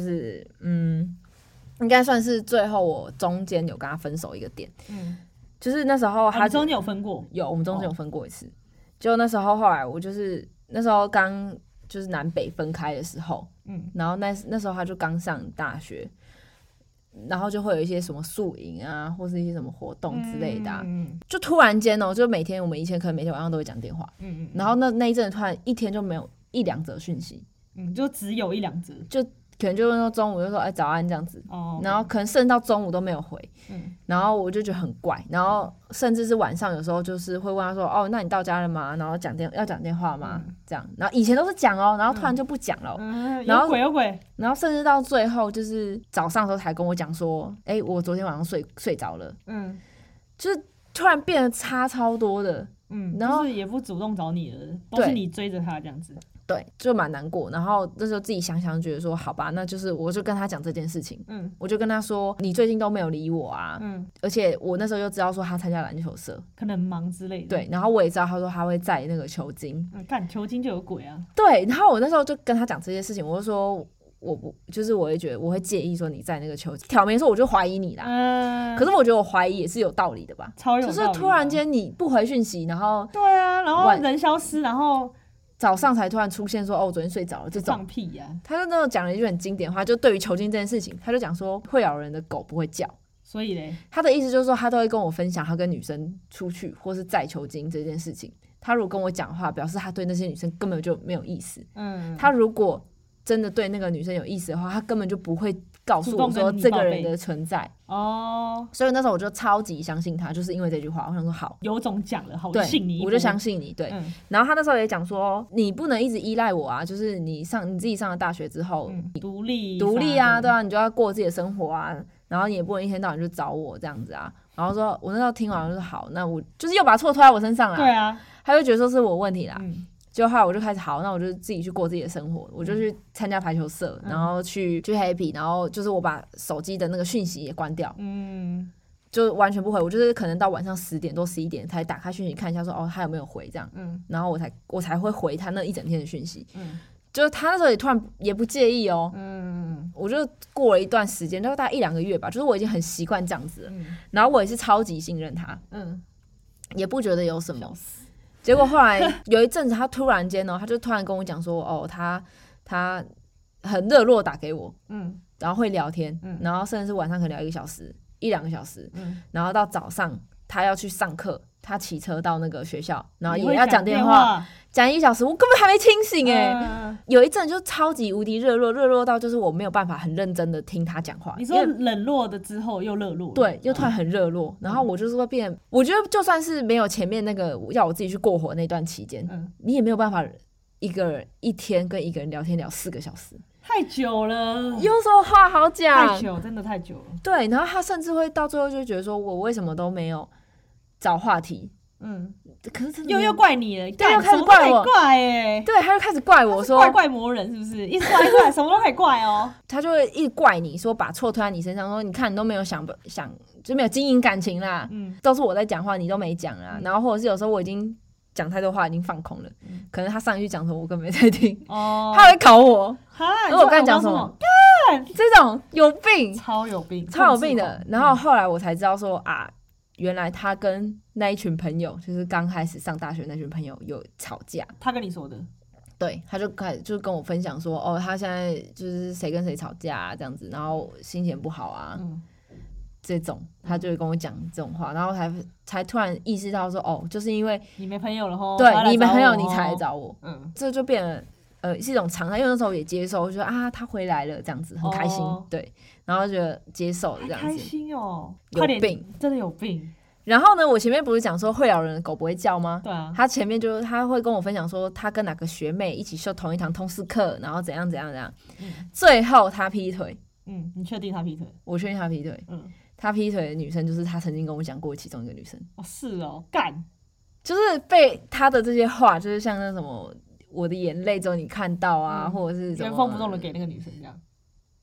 S1: 应该算是最后我中间有跟他分手一个点。就是那时候他
S2: 中间有分过，
S1: 我们中间有分过一次。就那时候后来我就是那时候刚就是南北分开的时候，然后那时候他就刚上大学。然后就会有一些什么宿营啊，或是一些什么活动之类的就突然间就每天我们以前可能每天晚上都会讲电话，然后那一阵突然一天就没有1-2则讯息，
S2: 就只有1-2则，
S1: 就可能就中午就说早安这样子，然后可能甚至到中午都没有回，然后我就觉得很怪，然后甚至是晚上有时候就是会问他说那你到家了吗？然后要讲电话吗？这样，然后以前都是讲然后突然就不讲了，然后
S2: 有鬼，
S1: 然后甚至到最后就是早上的时候才跟我讲说，我昨天晚上睡着了，就是突然变得差超多的，
S2: 然后就是也不主动找你了，都是你追着他这样子。
S1: 对，就蛮难过。然后那时候自己想想，觉得说好吧，那就是我就跟他讲这件事情。我就跟他说，你最近都没有理我啊。而且我那时候就知道说他参加篮球社，
S2: 可能忙之类的。
S1: 对，然后我也知道他说他会载那个球精。
S2: 干球精就有鬼啊。
S1: 对，然后我那时候就跟他讲这些事情，我就说我不，就是我会觉得我会介意说你载那个球精，挑明说我就怀疑你啦。可是我觉得我怀疑也是有道理的吧，
S2: 超有道理的。
S1: 就是突然间你不回讯息，然后
S2: 对啊，然后人消失，然后。
S1: 早上才突然出现说我昨天睡着了，这种
S2: 放屁呀！
S1: 他就那种讲了一句很经典的话，就对于球精这件事情，他就讲说会咬人的狗不会叫，
S2: 所以嘞，
S1: 他的意思就是说他都会跟我分享他跟女生出去或是载球精这件事情。他如果跟我讲话，表示他对那些女生根本就没有意思。他如果真的对那个女生有意思的话，他根本就不会告诉我说这个人的存在。所以那时候我就超级相信他，就是因为这句话，我想说好，
S2: 有种讲了，好信你，
S1: 我就相信你。对，然后他那时候也讲说，你不能一直依赖我啊，就是你自己上了大学之后，
S2: 独立
S1: 啊，对啊，你就要过自己的生活啊，然后你也不能一天到晚就找我这样子啊。然后说我那时候听完就说好，那我就是又把错推在我身上了。
S2: 对啊，
S1: 他就觉得说是我问题啦。就后来我就开始好，那我就自己去过自己的生活，我就去参加排球社，然后去 happy， 然后就是我把手机的那个讯息也关掉，就完全不回，我就是可能到晚上10点多11点才打开讯息看一下说他有没有回这样，然后我才会回他那一整天的讯息，就是他那时候也突然也不介意我就过了一段时间，大概1-2个月吧，就是我已经很习惯这样子了，然后我也是超级信任他，也不觉得有什么。结果后来有一阵子，他突然间他就突然跟我讲说，他很热络打给我，然后会聊天，然后甚至是晚上可能聊1-2个小时，然后到早上他要去上课，他骑车到那个学校，然后也要讲电话，讲1小时，我根本还没清醒有一阵就超级无敌热络到就是我没有办法很认真的听他讲话。
S2: 你说冷落的之后又热络，
S1: 对，又突然很热络，然后我就是会变，我觉得就算是没有前面那个要我自己去过活那段期间，你也没有办法一天跟一个人聊天聊4个小时。
S2: 太久了，
S1: 有什么话好讲？
S2: 太久，真的太久了。
S1: 对，然后他甚至会到最后就觉得说我为什么都没有找话题，可是
S2: 又怪你了，
S1: 对，又开始怪我，对，他就开始怪我说
S2: 怪魔人是不是？一直怪，什么都可以怪哦。
S1: 他就会一直怪你说把错推在你身上，说你看你都没有想就没有经营感情啦，都是我在讲话你都没讲啦，然后或者是有时候我已经讲太多话已经放空了，可能他上一句讲什么我根本没在听，他会考我，然后我刚才讲什么，这种有病，
S2: 超有病
S1: 的。然后后来我才知道说原来他跟那一群朋友，就是刚开始上大学那群朋友有吵架。
S2: 他跟你说的？
S1: 对，他就开始就跟我分享说，他现在就是谁跟谁吵架这样子，然后心情不好啊，这种他就会跟我讲这种话，然后才突然意识到说，就是因为
S2: 你没朋友了吼，
S1: 对，你没朋友你才来找我，这就变了是一种常态，因为那时候也接受，就说他回来了这样子，很开心，对，然后觉得接受了这样子，
S2: 开心哦，
S1: 有病，
S2: 真的有病。
S1: 然后呢，我前面不是讲说会咬人的狗不会叫吗？
S2: 对啊，
S1: 他前面就是他会跟我分享说他跟哪个学妹一起修同一堂通识课，然后怎样，最后他劈腿。
S2: 你确定他劈腿？
S1: 我确定他劈腿。他劈腿的女生就是他曾经跟我讲过其中一个女生。
S2: 是哦，干，
S1: 就是被他的这些话，就是像那什么我的眼泪只有你看到啊，或者是什么
S2: 原封不动的给那个女生这样。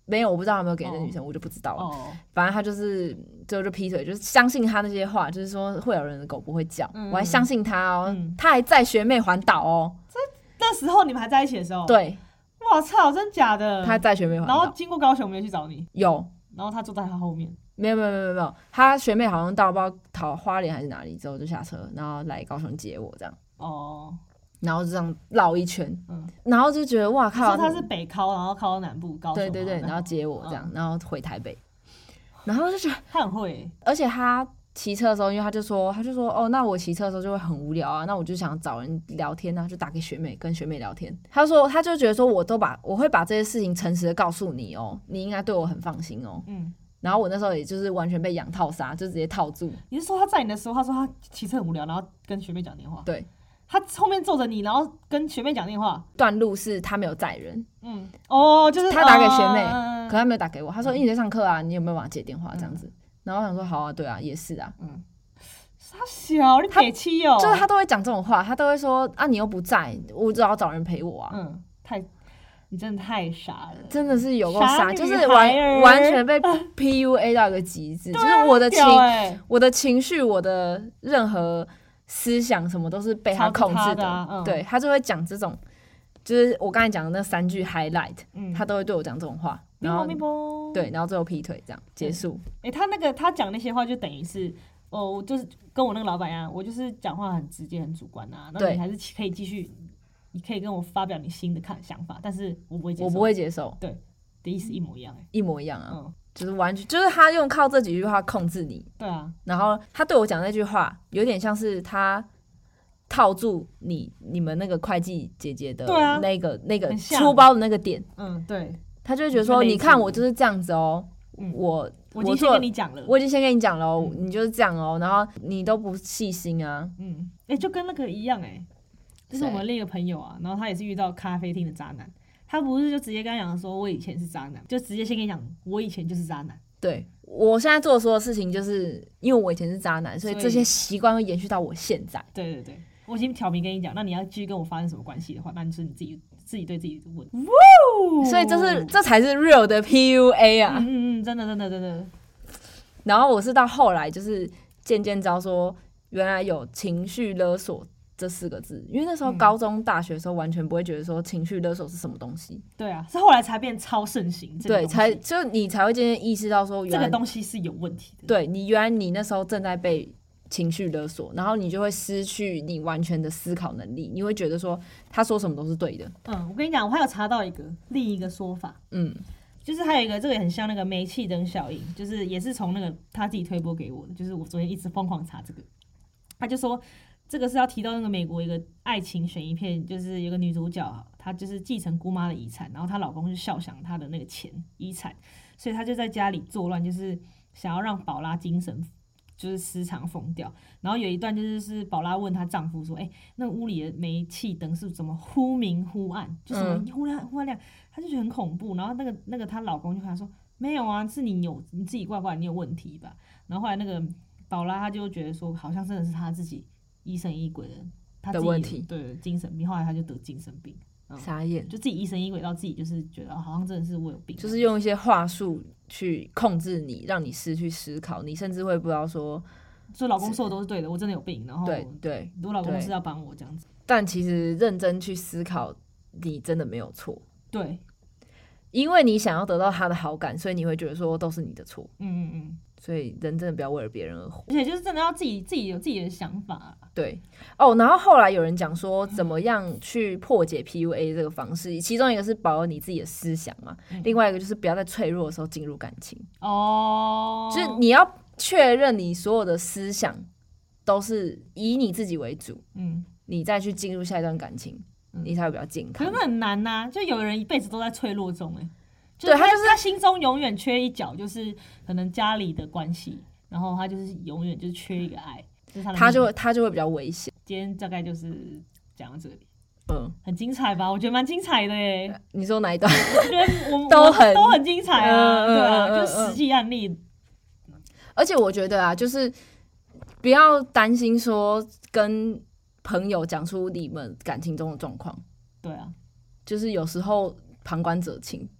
S1: 没有，我不知道有没有给那女生，我就不知道了。反正他就是最后就劈腿，就是相信他那些话，就是说会有人的狗不会叫，我还相信他哦，他还载学妹环岛哦。
S2: 那时候你们还在一起的时候？
S1: 对。
S2: 哇操，真假的？
S1: 他载学妹环岛，
S2: 然后经过高雄没有去找你？
S1: 有。
S2: 然后他坐在他后面？
S1: 没有，他学妹好像到不知道桃花莲还是哪里之后就下车，然后来高雄接我这样。然后就这样绕一圈，然后就觉得哇靠！
S2: 说他是北靠，然后靠到南部高雄，
S1: 对，然后接我这样，然后回台北，然后就觉得
S2: 他很会，
S1: 而且他骑车的时候，因为他就说哦，那我骑车的时候就会很无聊啊，那我就想找人聊天啊，就打给学妹，跟学妹聊天。他就觉得说我会把这些事情诚实的告诉你哦，你应该对我很放心哦。然后我那时候也就是完全被养套杀，就直接套住。
S2: 你是说他载你的时候，他说他骑车很无聊，然后跟学妹讲电话？
S1: 对。
S2: 他后面坐着你，然后跟学妹讲电话。
S1: 段路是他没有载人，
S2: 就是
S1: 他打给学妹，可他没有打给我。他说你在上课啊，你有没有办法接电话这样子？然后我想说好啊，对啊，也是啊。
S2: 傻小，你铁妻哦。
S1: 就是他都会讲这种话，他都会说啊，你又不在，我只好找人陪我啊。
S2: 你真的太傻了，
S1: 真的是有够傻，就是完全被 PUA 到一个极致，就是我的情绪，我的任何思想什么都是被他控制的。对，他就会讲这种，就是我刚才讲的那3句 highlight，他都会对我讲这种话，然后对，然后最后劈腿这样结束。
S2: 他讲那些话就等于是就是跟我那个老板一样，我就是讲话很直接很主观啊，那你还是可以继续。你可以跟我发表你新的想法，但是我不会接受。对，的意思一模一样
S1: 一模一样啊，就是完全就是他靠这几句话控制你。
S2: 对啊，
S1: 然后他对我讲那句话，有点像是他套住你们那个会计姐姐的那个出包的那个点。
S2: 对，
S1: 他就会觉得说，你看我就是这样子哦，
S2: 我已经先跟你讲了，
S1: 我已经先跟你讲了，你就是这样哦，然后你都不细心啊。
S2: 就跟那个一样就是我们另一个朋友啊，然后他也是遇到咖啡厅的渣男，他不是就直接跟他讲说，我以前是渣男，就直接先跟你讲，我以前就是渣男。
S1: 对，我现在做的所有事情，就是因为我以前是渣男，所以这些习惯会延续到我现在。
S2: 对，我已经挑明跟你讲，那你要继续跟我发生什么关系的话，那就是你自己对自己问。
S1: 所以这才是 real 的 PUA 啊！
S2: 真的。
S1: 然后我是到后来就是渐渐知道说，原来有情绪勒索这4个字，因为那时候高中大学的时候完全不会觉得说情绪勒索是什么东西。
S2: 对啊，是后来才变超盛行。对，
S1: 你才会渐渐意识到说，
S2: 这个东西是有问题的。
S1: 对，原来你那时候正在被情绪勒索，然后你就会失去你完全的思考能力，你会觉得说他说什么都是对的。
S2: 我跟你讲，我还有查到另一个说法，就是还有一个这个也很像那个煤气灯效应，就是也是从那个他自己推播给我的，就是我昨天一直疯狂查这个，他就说。这个是要提到那个美国一个爱情悬疑片，就是有个女主角，她就是继承姑妈的遗产，然后她老公是肖想她的那个遗产，所以她就在家里作乱，就是想要让宝拉精神就是失常疯掉。然后有一段就是宝拉问她丈夫说：“那屋里的煤气灯是怎么忽明忽暗，就什么忽亮忽亮？”她就觉得很恐怖。然后那个她老公就跟她说：“没有啊，是你自己怪怪，你有问题吧？”然后后来那个宝拉她就觉得说，好像真的是她自己。疑神疑鬼的
S1: 问题，
S2: 对精神病，后来他就得精神病，
S1: 傻眼，
S2: 就自己疑神疑鬼到自己就是觉得好像真的是我有病，
S1: 就是用一些话术去控制你，让你失去思考，你甚至会不知道说
S2: 老公说的都是对的，我真的有病，然后
S1: 对，
S2: 我老公是要帮我这样子，
S1: 但其实认真去思考，你真的没有错，
S2: 对，
S1: 因为你想要得到他的好感，所以你会觉得说都是你的错，所以人真的不要为了别人而活，
S2: 而且就是真的要自己有自己的想法。
S1: 对然后后来有人讲说怎么样去破解 PUA 这个方式，其中一个是保有你自己的思想嘛，另外一个就是不要在脆弱的时候进入感情。就是你要确认你所有的思想都是以你自己为主，你再去进入下一段感情，你才会比较健康。
S2: 可是很难啊，就有人一辈子都在脆弱中对，他心中永远缺一角，就是可能家里的关系，然后他就是永远就是缺一个爱，就是
S1: 他就会比较危险。
S2: 今天大概就是讲到这里，很精彩吧？我觉得蛮精彩的
S1: 你说哪一段？
S2: 我觉得我们都很精彩啊，对啊，就是实际案例。
S1: 而且我觉得啊，就是不要担心说跟朋友讲出你们感情中的状况。
S2: 对啊，
S1: 就是有时候旁观者清。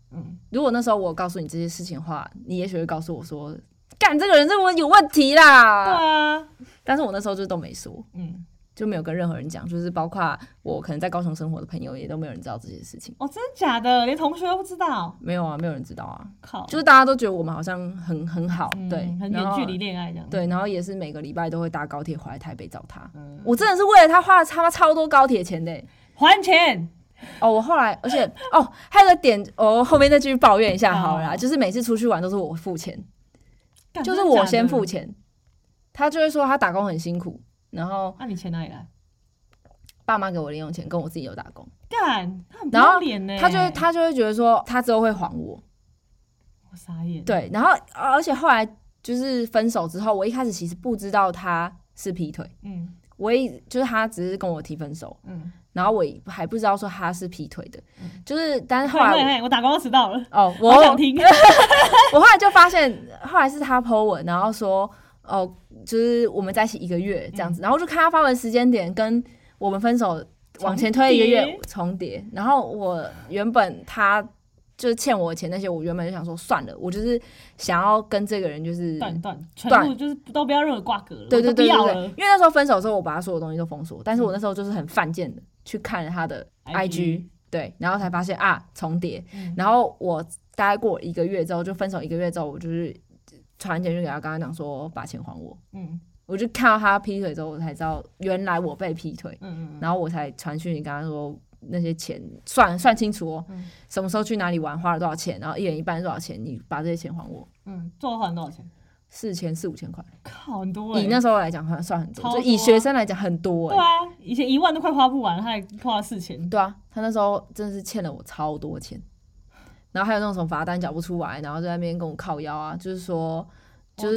S1: 如果那时候我告诉你这些事情的话，你也许会告诉我说，干这个人有问题啦。
S2: 对啊，
S1: 但是我那时候就都没说，就没有跟任何人讲，就是包括我可能在高雄生活的朋友也都没有人知道这些事情。
S2: 哦，真的假的？连同学都不知道？
S1: 没有啊，没有人知道啊。
S2: 靠，
S1: 就是大家都觉得我们好像很好，对，
S2: 很远距离恋爱这样。
S1: 对，然后也是每个礼拜都会搭高铁回来台北找他。我真的是为了他花了超多高铁钱的。
S2: 还钱。
S1: 我后来，而且还有个点，后面再继续抱怨一下好了啦，就是每次出去玩都是我付钱，就是我先付钱，他就会说他打工很辛苦，然后
S2: 你钱哪里来？
S1: 爸妈给我零用钱，跟我自己有打工。
S2: 干，他很不要脸呢。
S1: 他就会觉得说他之后会还我。
S2: 我傻眼。
S1: 对，然后而且后来就是分手之后，我一开始其实不知道他是劈腿，就是他只是跟我提分手，然后我还不知道说他是劈腿的，就是但是后来
S2: 我打工迟到了
S1: 我
S2: 想听。
S1: 我后来就发现，后来是他 po 文，然后说就是我们在一起1个月这样子，然后就看他发文时间点跟我们分手往前推1个月重叠，然后我原本他就是欠我的钱那些，我原本就想说算了，我就是想要跟这个人就是
S2: 断，全部就是都不要任何挂格了。
S1: 对，因为那时候分手的时候，我把他所有东西都封锁，但是我那时候就是很犯贱的去看了他的 IG， 对，然后才发现重叠，然后我大概过1个月之后，就分手1个月之后，我就是传简讯给他，跟他讲说把钱还我。我就看到他劈腿之后，我才知道原来我被劈腿，然后我才传讯息跟他说那些钱算清楚什么时候去哪里玩，花了多少钱，然后1人1半多少钱，你把这些钱还我。
S2: 最后还多少钱
S1: ？4000、5000块。
S2: 靠，很多。
S1: 以那时候来讲算很多，就以学生来讲很多。
S2: 对啊，以前1万都快花不完，他还花4000。
S1: 对啊，他那时候真的是欠了我超多钱，然后还有那种什么罚单缴不出来，然后在那边跟我靠腰啊，就是说。对，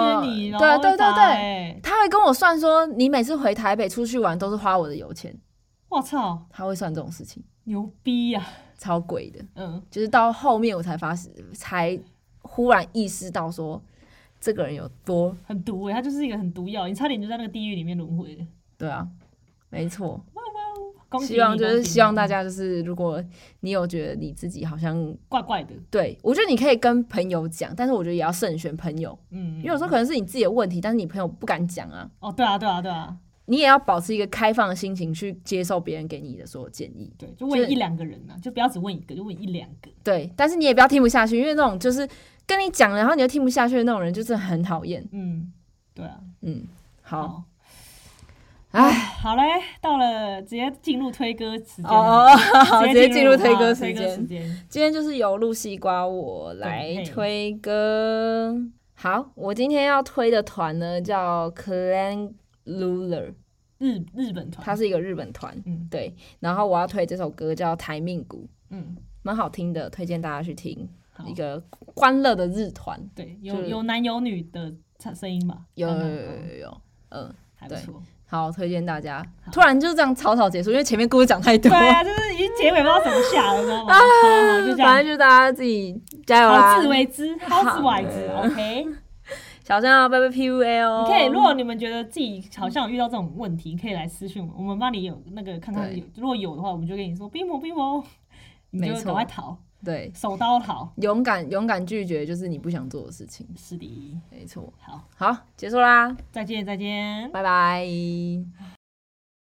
S1: 他会跟我算说，你每次回台北出去玩都是花我的油钱。
S2: 我操，
S1: 他会算这种事情，
S2: 牛逼呀，
S1: 超贵的。就是到后面我才忽然意识到说，这个人有多
S2: 很毒他就是一个很毒药，你差点就在那个地狱里面轮回了。
S1: 对啊，没错。希望大家就是，如果你有觉得你自己好像
S2: 怪怪的，
S1: 对，我觉得你可以跟朋友讲，但是我觉得也要慎选朋友，因为有时候可能是你自己的问题，但是你朋友不敢讲啊。
S2: 对啊，
S1: 你也要保持一个开放的心情去接受别人给你的所有建议。
S2: 对，就问1、2个人啊，就不要只问1个，就问1、2个。
S1: 对，但是你也不要听不下去，因为那种就是跟你讲，然后你又听不下去的那种人，就是很讨厌。
S2: 对啊，
S1: 好。
S2: 好嘞，到了直接进入推歌时间
S1: 直接进入推歌时间。今天就是由露西瓜我来推歌。好，我今天要推的团呢叫 Clan Ruler，
S2: 日本团，
S1: 它是一个日本团。对，然后我要推这首歌叫《台命谷》，蛮好听的，推荐大家去听。一个欢乐的日团，
S2: 对，有男有女的声音吧？
S1: 有，
S2: 还不错。
S1: 好，推荐大家。突然就是这样草草结束，因为前面故事讲太多。
S2: 对啊，就是已经结尾不知道怎么下了，知道吗？就这样，
S1: 反正就大家自己加油啦。
S2: 好自为之，好自为之。OK。
S1: 小声要不要被 PUA 哦？
S2: 你可以，如果你们觉得自己好像有遇到这种问题，可以来私讯我们帮你有那个看看有，如果有的话，我们就跟你说逼我，你就赶快逃。
S1: 对，
S2: 手刀逃，
S1: 勇敢拒绝就是你不想做的事情。
S2: 是的，
S1: 没错。
S2: 好，
S1: 结束啦，
S2: 再见，
S1: 拜拜。